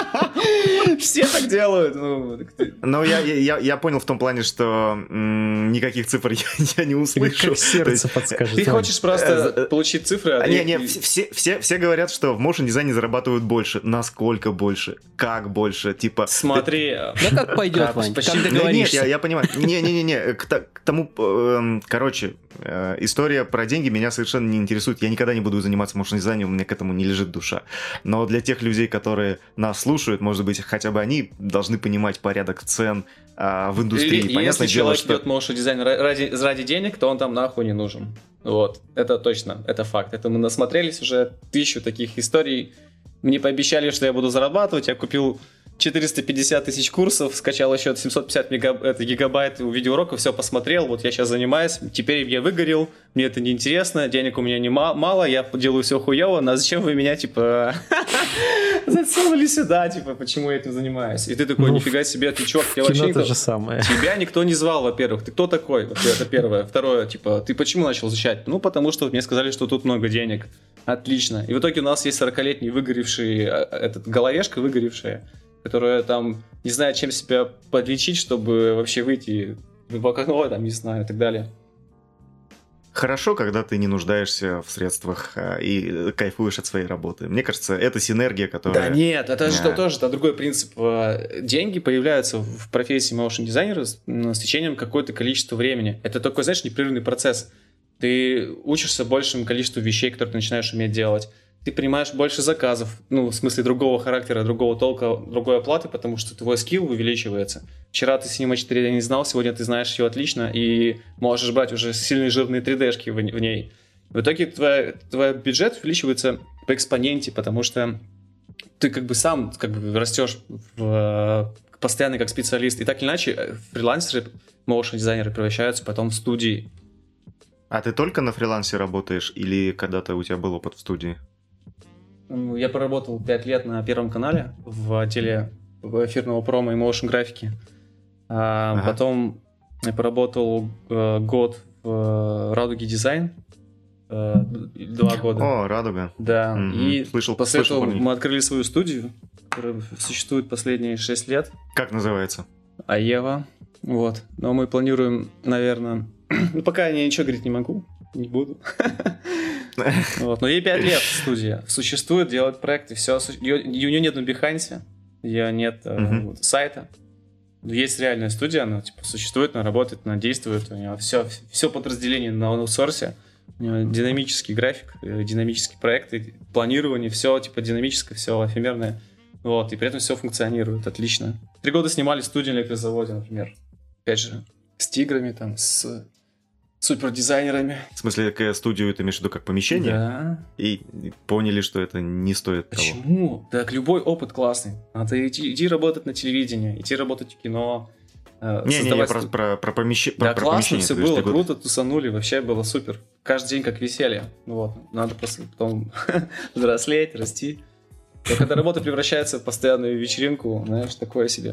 Все так делают. Ну, Но я, я, я понял в том плане, что м- никаких цифр я, я не услышу. Как сердце подскажет. Ты хочешь просто получить цифры? А не, не, все, все, все говорят, что в моушн дизайне зарабатывают больше. Насколько больше? Как больше? Типа. Смотри. Да как пойдет, Вань, как договоришься. Нет, я, я понимаю. Не-не-не, к, к тому, э, короче, э, история про деньги меня совершенно не интересует. Я никогда не буду заниматься моушн дизайном, у меня к этому не лежит душа. Но для тех людей, которые нас слушают, может быть, хотя бы они должны понимать порядок цен а, в индустрии. И, Понятное если дело, человек что... идет моушн дизайн ради, ради денег, то он там нахуй не нужен. Вот, это точно, это факт. Это мы насмотрелись уже тысячу таких историй. Мне пообещали, что я буду зарабатывать. Я купил четыреста пятьдесят тысяч курсов, скачал еще семьсот пятьдесят мегаб... это, гигабайт видеоуроков, все посмотрел. Вот я сейчас занимаюсь. Теперь я выгорел, мне это неинтересно, денег у меня не мало, я делаю все хуево. Но зачем вы меня, типа, засунули сюда, типа, почему я этим занимаюсь? И ты такой: нифига себе, ты чувак, тебя вообще никто... Тебя никто не звал, во-первых. Ты кто такой? Это первое. Второе, типа, ты почему начал изучать? Ну, потому что мне сказали, что тут много денег. Отлично. И в итоге у нас есть сорокалетний выгоревший, этот, головешка выгоревшая, которая там не знает, чем себя подлечить, чтобы вообще выйти в окно, там, не знаю, и так далее. Хорошо, когда ты не нуждаешься в средствах а, и кайфуешь от своей работы. Мне кажется, это синергия, которая... Да нет, это же тоже это другой принцип. Деньги появляются в профессии моушн-дизайнера с, с течением какое-то количество времени. Это такой, знаешь, непрерывный процесс. Ты учишься большему количеству вещей, которые ты начинаешь уметь делать. Ты принимаешь больше заказов, ну, в смысле другого характера, другого толка, другой оплаты, потому что твой скилл увеличивается. Вчера ты Cinema четыре дэ не знал, сегодня ты знаешь ее отлично и можешь брать уже сильные жирные три дэ-шки в, в ней. В итоге твой, твой бюджет увеличивается по экспоненте, потому что ты как бы сам как бы растешь в, постоянно как специалист. И так или иначе фрилансеры, моушн-дизайнеры превращаются потом в студии. А ты только на фрилансе работаешь или когда-то у тебя был опыт в студии? Я проработал пять лет на Первом канале в отделе эфирного промо и моушн графики. А ага. Потом я поработал э, год в Радуге Дизайн. Э, два года. О, Радуга. Да. Угу. И слышал, после слышал этого мы открыли свою студию, которая существует последние шесть лет. Как называется? Аева. Вот. Но мы планируем, наверное... ну, пока я ничего говорить не могу. Не буду. Вот. Но ей пять лет студия. Существует, делает проекты, все. У нее нет на Behance, у нее нет uh-huh. сайта. Есть реальная студия, она типа существует, она работает, она действует. У нее все, все подразделение на аутсорсе. У нее динамический график, динамические проекты, планирование, все типа динамическое, все эфемерное. Вот. И при этом все функционирует отлично. Три года снимали студию на электрозаводе, например. Опять же, с тиграми, там, с супердизайнерами. В смысле, как студию ты имеешь в виду как помещение? Да. И поняли, что это не стоит того. Почему? Так любой опыт классный. Надо идти, идти работать на телевидении, идти работать в кино. Не-не, я про, про, про, помещ... да, про классно, помещение. Все было круто, тусанули, вообще было супер. Каждый день как веселье. Вот. Надо просто потом взрослеть, расти. Но когда работа превращается в постоянную вечеринку, знаешь, такое себе.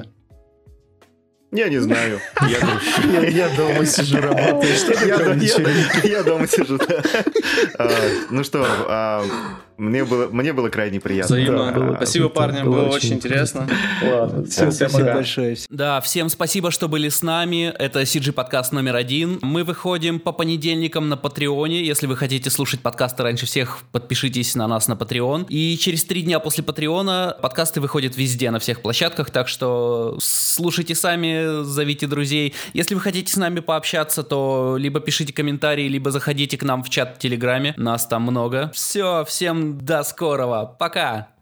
Я не знаю. Я дома сижу, работаю. Я дома сижу, да. Ну что, мне было крайне приятно. Взаимно. Спасибо, парни, было очень интересно. Ладно, спасибо большое. Да, всем спасибо, что были с нами. Это си джи подкаст номер один. Мы выходим по понедельникам на Патреоне. Если вы хотите слушать подкасты раньше всех, подпишитесь на нас на Patreon. И через три дня после Патреона подкасты выходят везде, на всех площадках. Так что слушайте сами, зовите друзей. Если вы хотите с нами пообщаться, то либо пишите комментарии, либо заходите к нам в чат в Телеграме. Нас там много. Все, всем до скорого. Пока!